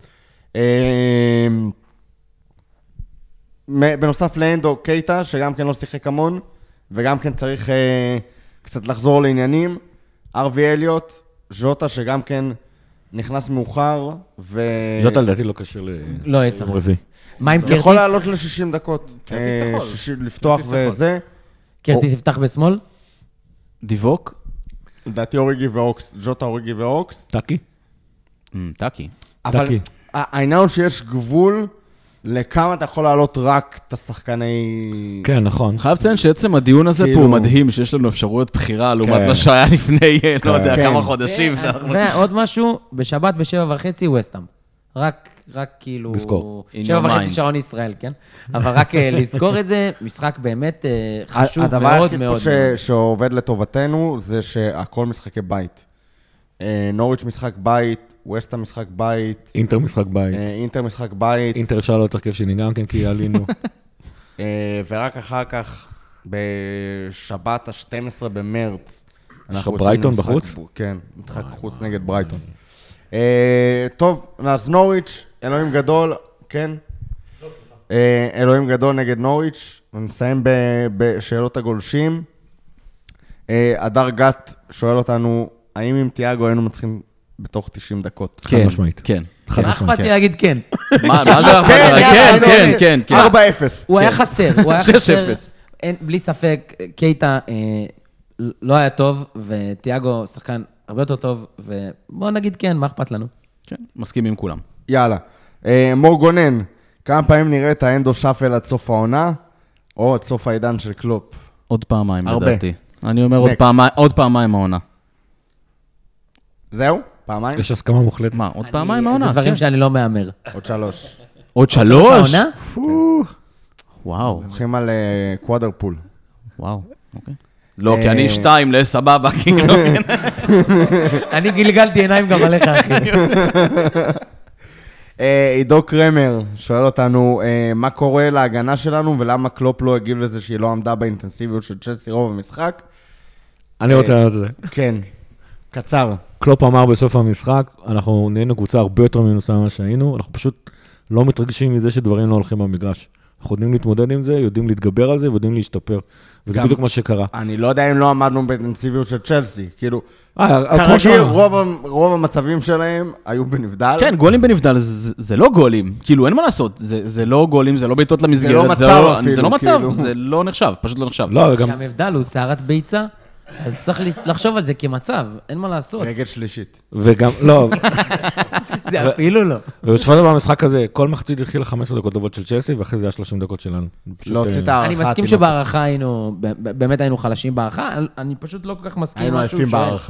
בנוסף לאנדו קייטה, שגם כן לא שיחק המון, וגם כן צריך קצת לחזור לעניינים. ארווי אליוט, ז'וטה שגם כן נכנס מאוחר, ז'וטה לדעתי לא קשר לא יהיה שחק. מה עם קרטיס? יכול לעלות ל-60 דקות. לפתוח וזה. קרטיס יפתח בשמאל? דיווק? לדעתי אוריגי ואוקס, ז'וטה אוריגי ואוקס. טאקי? טאקי. אבל העניין הוא שיש גבול לכמה אתה יכול לעלות רק את השחקני... כן, נכון. חייב לציין שעצם הדיון הזה פה הוא מדהים, שיש לנו אפשרויות בחירה, לעומת מה שהיה לפני, לא יודע, כמה חודשים. ועוד משהו, בשבת ב7:30 ווסטהאם. רק כאילו... לזכור. 7:30 שעון ישראל, כן? אבל רק לזכור את זה, משחק באמת חשוב מאוד מאוד. הדבר הכי פה שעובד לטובתנו, זה שהכל משחקי בית. נוריץ' משחק בית, ווסטהאם משחק בית. אינטר משחק בית. אינטר משחק בית. אינטר אפשר לא תרכב שני גם כן, כי עלינו. ורק אחר כך, בשבת ה-12 במרץ. יש לך ברייטון בחוץ? כן, משחק חוץ נגד ברייטון. טוב, אז נוריץ', אלוהים גדול, כן? אלוהים גדול נגד נוריץ'. נסיים בשאלות הגולשים. אדר גת שואל אותנו, האם עם תיאגו היינו מצליחים בתוך 90 דקות? חד משמעית. כן. מה אכפת לי להגיד כן? מה זה אכפת לי? כן. 4-0. הוא היה חסר. 6-0. בלי ספק, קייטה לא היה טוב, ותיאגו שחקן הרבה יותר טוב, ובואו נגיד כן, מה אכפת לנו? כן, מסכים עם כולם. יאללה. מור גונן, כמה פעמים נראה את האנדו שפל עד סוף העונה, או עד סוף העידן של קלופ? עוד פעמיים לדעתי. אני אומר עוד פעמיים העונה. זהו? פעמיים? יש הסכמה מוחלטת. מה, עוד פעמיים העונה? זה דברים שאני לא מאמר. עוד 3. עוד 3? העונה? וואו. הולכים על קוואדרפול. וואו, אוקיי. לא, כי אני 2 לסבבה, כאילו. אני גלגלתי עיניים גם עליך, אחי. עידו קרמר שואל אותנו, מה קורה להגנה שלנו, ולמה קלופ לא הגיב לזה שהיא לא עמדה באינטנסיביות של צ'לסי רוב המשחק? אני רוצה לדעת את זה. כן, קצר. קלופ אמר בסוף המשחק, אנחנו נהיינו קבוצה הרבה יותר מנוסה ממה שהיינו, אנחנו פשוט לא מתרגשים מזה שדברים לא הולכים במגרש. אנחנו יודעים להתמודד עם זה, יודעים להתגבר על זה, ויודעים להשתפר. וזה בדיוק מה שקרה. אני לא יודע אם לא עמדנו באינטנסיביות של צ'לסי, כאילו, כרגיל רוב המצבים שלהם היו בנבדל. כן, גולים בנבדל זה לא גולים, כאילו אין מה לעשות, זה לא גולים, זה לא בעיטות למסגרת, זה לא מצב אפילו, זה לא מצב, זה לא נחשב, פשוט לא נחשב. כשהמבדל הוא סערת ביצה, אז צריך לחשוב על זה כמצב, אין מה לעשות. רגל שלישית. וגם, לא. זה אפילו לא. ובסופו של דבר במשחק הזה, כל מחצית התחילה 15 דקות טובות של צ'לסי, ואחרי זה היה 30 דקות שלנו. אני מסכים שבהערכה היינו, באמת היינו חלשים בהערכה, אני פשוט לא כל כך מסכים היינו משהו עייפים בהערכה.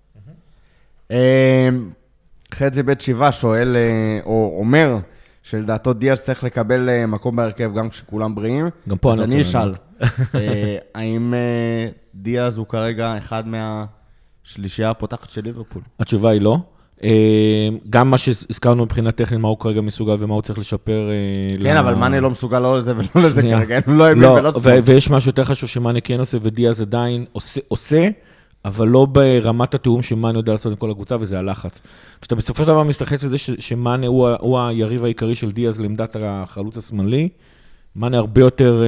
חצי בית 7 שואל, או אומר, שלדעתו דיאז צריך לקבל מקום בהרכב גם כשכולם בריאים. גם פה אז אני אשאל, האם דיאז הוא כרגע אחד מהשלישייה הפותחת של ליברפול? התשובה היא לא. גם מה שהזכרנו מבחינת טכנית, מה הוא כרגע מסוגל ומה הוא צריך לשפר. כן, אבל מאנה לא מסוגל לא לזה ולא לזה כרגע, הם לא אמת ולא ספור. ויש משהו יותר חשוב שמאנה כן עושה, ודיאז עדיין עושה, אבל לא ברמת התיאום שמאנה יודע לעשות עם כל הקבוצה, וזה הלחץ. כשאתה בסופו של דבר מסתחץ לזה שמאנה הוא היריב העיקרי של דיאז לעמדת החלוץ השמאלי, מאנה הרבה יותר,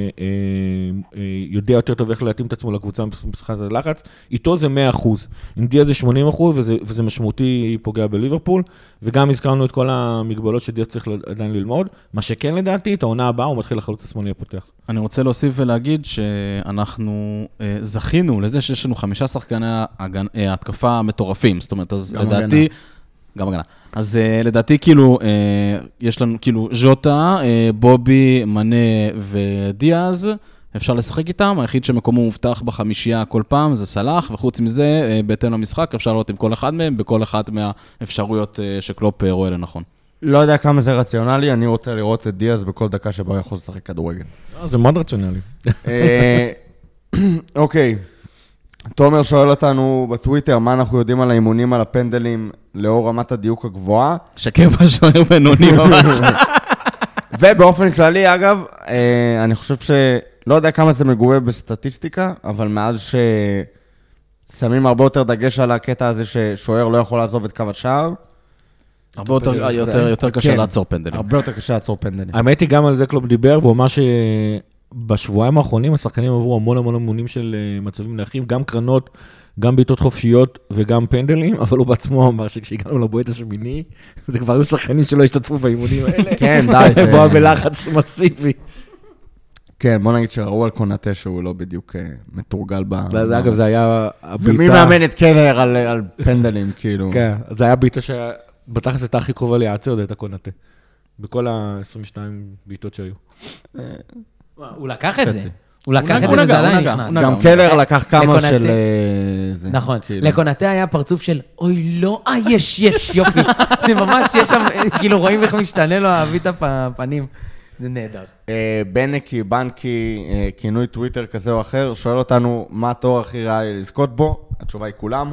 יודע יותר טוב איך להתאים את עצמו לקבוצה במשחקת הלחץ, איתו זה 100%, עם דיאז זה 80%, וזה משמעותי פוגע בליברפול, וגם הזכרנו את כל המגבלות שדיאז צריך עדיין ללמוד, מה שכן לדעתי, את העונה הבאה הוא מתחיל לחלוץ השמאלי הפותח. אני רוצה להוסיף ולהגיד שאנחנו זכינו לזה שיש לנו 5 שחקני התקפה מטורפים, זאת אומרת, אז לדעתי, גם הגנה. אז לדעתי כאילו, יש לנו כאילו ז'וטה, בובי, מנה ודיאז, אפשר לשחק איתם, היחיד שמקומו מובטח בחמישייה כל פעם, זה סלח, וחוץ מזה, בהתאם למשחק, אפשר לראות עם כל אחד מהם, בכל אחת מהאפשרויות שקלופ רואה לנכון. לא יודע כמה זה רציונלי, אני רוצה לראות את דיאז בכל דקה שבה הוא יכול לשחק כדורגל. זה מאוד רציונלי. אוקיי. תומר שואל אותנו בטוויטר, מה אנחנו יודעים על האימונים על הפנדלים לאור רמת הדיוק הגבוהה? שקר בשוער בינוני ממש. ובאופן כללי, אגב, אני חושב לא יודע כמה זה מגובה בסטטיסטיקה, אבל מאז ששמים הרבה יותר דגש על הקטע הזה ששוער לא יכול לעזוב את קו השער. הרבה יותר קשה לעצור פנדלים. הרבה יותר קשה לעצור פנדלים. האמת היא גם על זה קלופ דיבר, והוא אמר שבשבועיים האחרונים השחקנים עברו המון מונים של מצבים נייחים, גם קרנות, גם בעיטות חופשיות וגם פנדלים, אבל הוא בעצמו אמר שכשהגענו לבועט השמיני, זה כבר היו שחקנים שלא השתתפו באימונים האלה. כן, די. בוא בלחץ מסיבי. כן, בוא נגיד שראו על קונטה שהוא לא בדיוק מתורגל אגב, זה היה הבעיטה... ומי מאמן את קלר על פנדלים, כאילו. כן, זה היה בעיטה שבתכלס הייתה הכי קרובה להיעצר, זה הייתה קונטה. בכל ה-22 בעיטות שהיו. הוא לקח את זה. הוא לקח את זה וזה עדיין נכנס. גם קלר לקח כמה של... נכון, לקונטה היה פרצוף של, אוי לא, יש, יופי. זה ממש, יש שם, כאילו רואים איך משתנה לו להביא את הפנים. זה נהדר. בנקי, בנקי, כינוי טוויטר כזה או אחר, שואל אותנו מה התואר הכי ריאלי לזכות בו, התשובה היא כולם.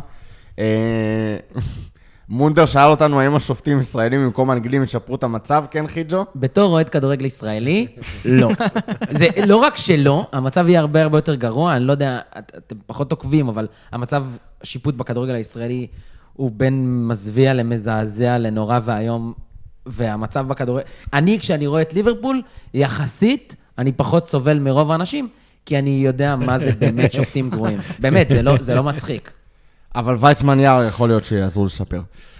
מונדר שאל אותנו האם השופטים ישראלים במקום האנגלים ישפרו את המצב, כן חיג'ו? בתור אוהד כדורגל ישראלי, לא. זה לא רק שלא, המצב יהיה הרבה יותר גרוע, אני לא יודע, אתם פחות עוקבים, אבל המצב, השיפוט בכדורגל הישראלי הוא בין מזוויע למזעזע, לנורא והיום, והמצב בכדורגל... כשאני רואה את ליברפול, יחסית, אני פחות סובל מרוב האנשים, כי אני יודע מה זה באמת שופטים גרועים. באמת, זה לא מצחיק. אבל וייצמן יער יכול להיות שיעזרו לשפר.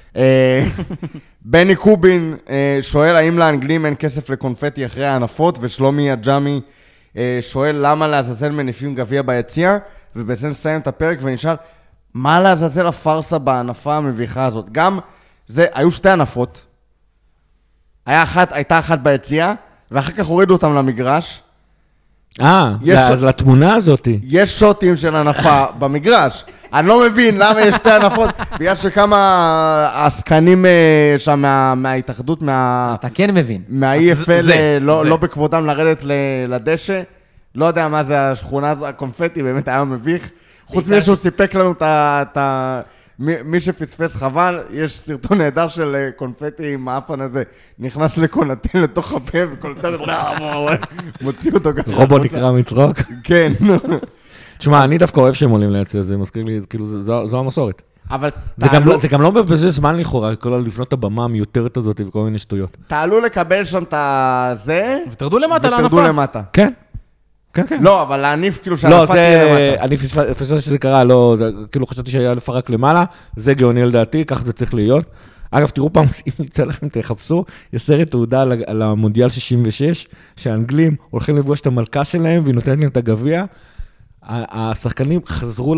בני קובין שואל האם לאנגלים אין כסף לקונפטי אחרי הענפות, ושלומי הג'אמי שואל למה לעזאזל מניפים גביע ביציאה, ובזה נסיים את הפרק ונשאל, מה לעזאזל הפרסה בענפה המביכה הזאת? גם זה, היו 2 ענפות, הייתה אחת ביציאה, ואחר כך הורידו אותם למגרש, אז לתמונה הזאת. יש שוטים של ענפה במגרש. אני לא מבין למה יש שתי ענפות, בגלל שכמה עסקנים שם מההתאחדות, אתה כן מבין. מה-EFL לא בכבודם לרדת לדשא. לא יודע מה זה השכונה הזו, הקונפטי באמת היה מביך. חוץ משהו סיפק לנו את מי שפספס חבל, יש סרטון נהדר של קונפטי עם האפן הזה, נכנס לקונטן לתוך הפה וקונטן מוציא אותו ככה. רובו נקרא מצחוק? כן. תשמע, אני דווקא אוהב שהם עולים ליצא, זה מזכיר לי, כאילו, זו המסורת. אבל זה גם לא בזה זמן לכאורה, כל לפנות הבמה המיותרת הזאת וכל מיני שטויות. תעלו לקבל שם את זה, ותרדו למטה ותרדו למטה. כן. כן, כן. לא, אבל להניף כאילו שהנפה תהיה למטה. אני פספסתי שזה קרה, לא, כאילו חשבתי שהיה לפרק למעלה, זה גאוני לדעתי, כך זה צריך להיות. אגב, תראו פעם, אם יצא לכם, תחפשו, יש סרט תעודה על המונדיאל 66, שהאנגלים הולכים לפגוש את המלכה שלהם, והיא נותנת להם את הגביע. השחקנים חזרו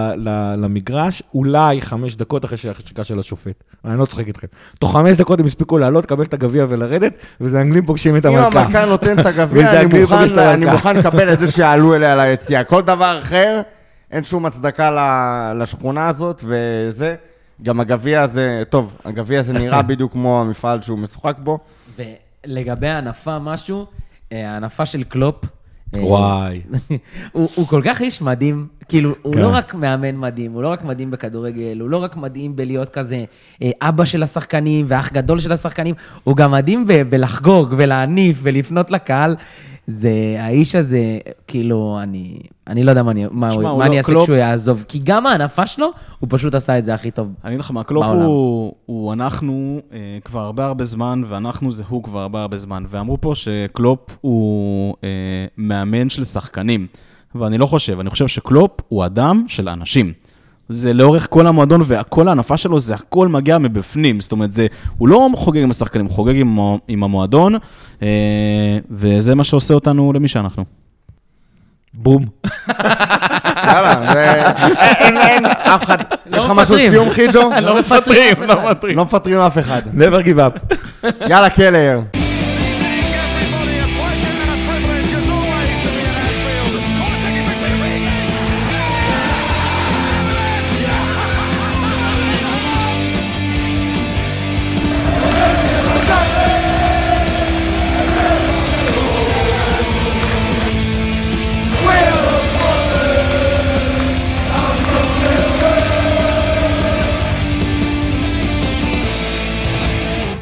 למגרש, אולי 5 דקות אחרי שהחשקה של השופט. אני לא צוחק איתכם. תוך 5 דקות הם הספיקו לעלות, קבל את הגביע ולרדת, וזה האנגלים פוגשים את המלכה. אם המלכה נותן את הגביע, אני מוכן לקבל את זה שיעלו אליה ליציאה. כל דבר אחר, אין שום הצדקה לשכונה הזאת, וזה, גם הגביע הזה, טוב, הגביע הזה נראה בדיוק כמו המפעל שהוא משוחק בו. ולגבי הענפה משהו, הענפה של קלופ, וואי. הוא כל כך איש מדהים, כאילו, הוא לא רק מאמן מדהים, הוא לא רק מדהים בכדורגל, הוא לא רק מדהים בלהיות כזה אבא של השחקנים ואח גדול של השחקנים, הוא גם מדהים בלחגוג ולהניף ולפנות לקהל. זה, האיש הזה, כאילו, אני לא יודע מה אני אעשה כשהוא יעזוב, כי גם הענפה שלו, הוא פשוט עשה את זה הכי טוב בעולם. אני אגיד לך מה, קלופ הוא אנחנו כבר הרבה זמן, ואנחנו זה הוא כבר הרבה זמן, ואמרו פה שקלופ הוא מאמן של שחקנים, ואני לא חושב, אני חושב שקלופ הוא אדם של אנשים. זה לאורך כל המועדון, וכל הענפה שלו, זה הכל מגיע מבפנים. זאת אומרת, הוא לא חוגג עם השחקנים, הוא חוגג עם המועדון, וזה מה שעושה אותנו למי שאנחנו. בום. יאללה, אין אף אחד. יש לך משהו סיום, חיג'ו? לא מפטרים. לא מפטרים אף אחד. never give up. יאללה, קלר.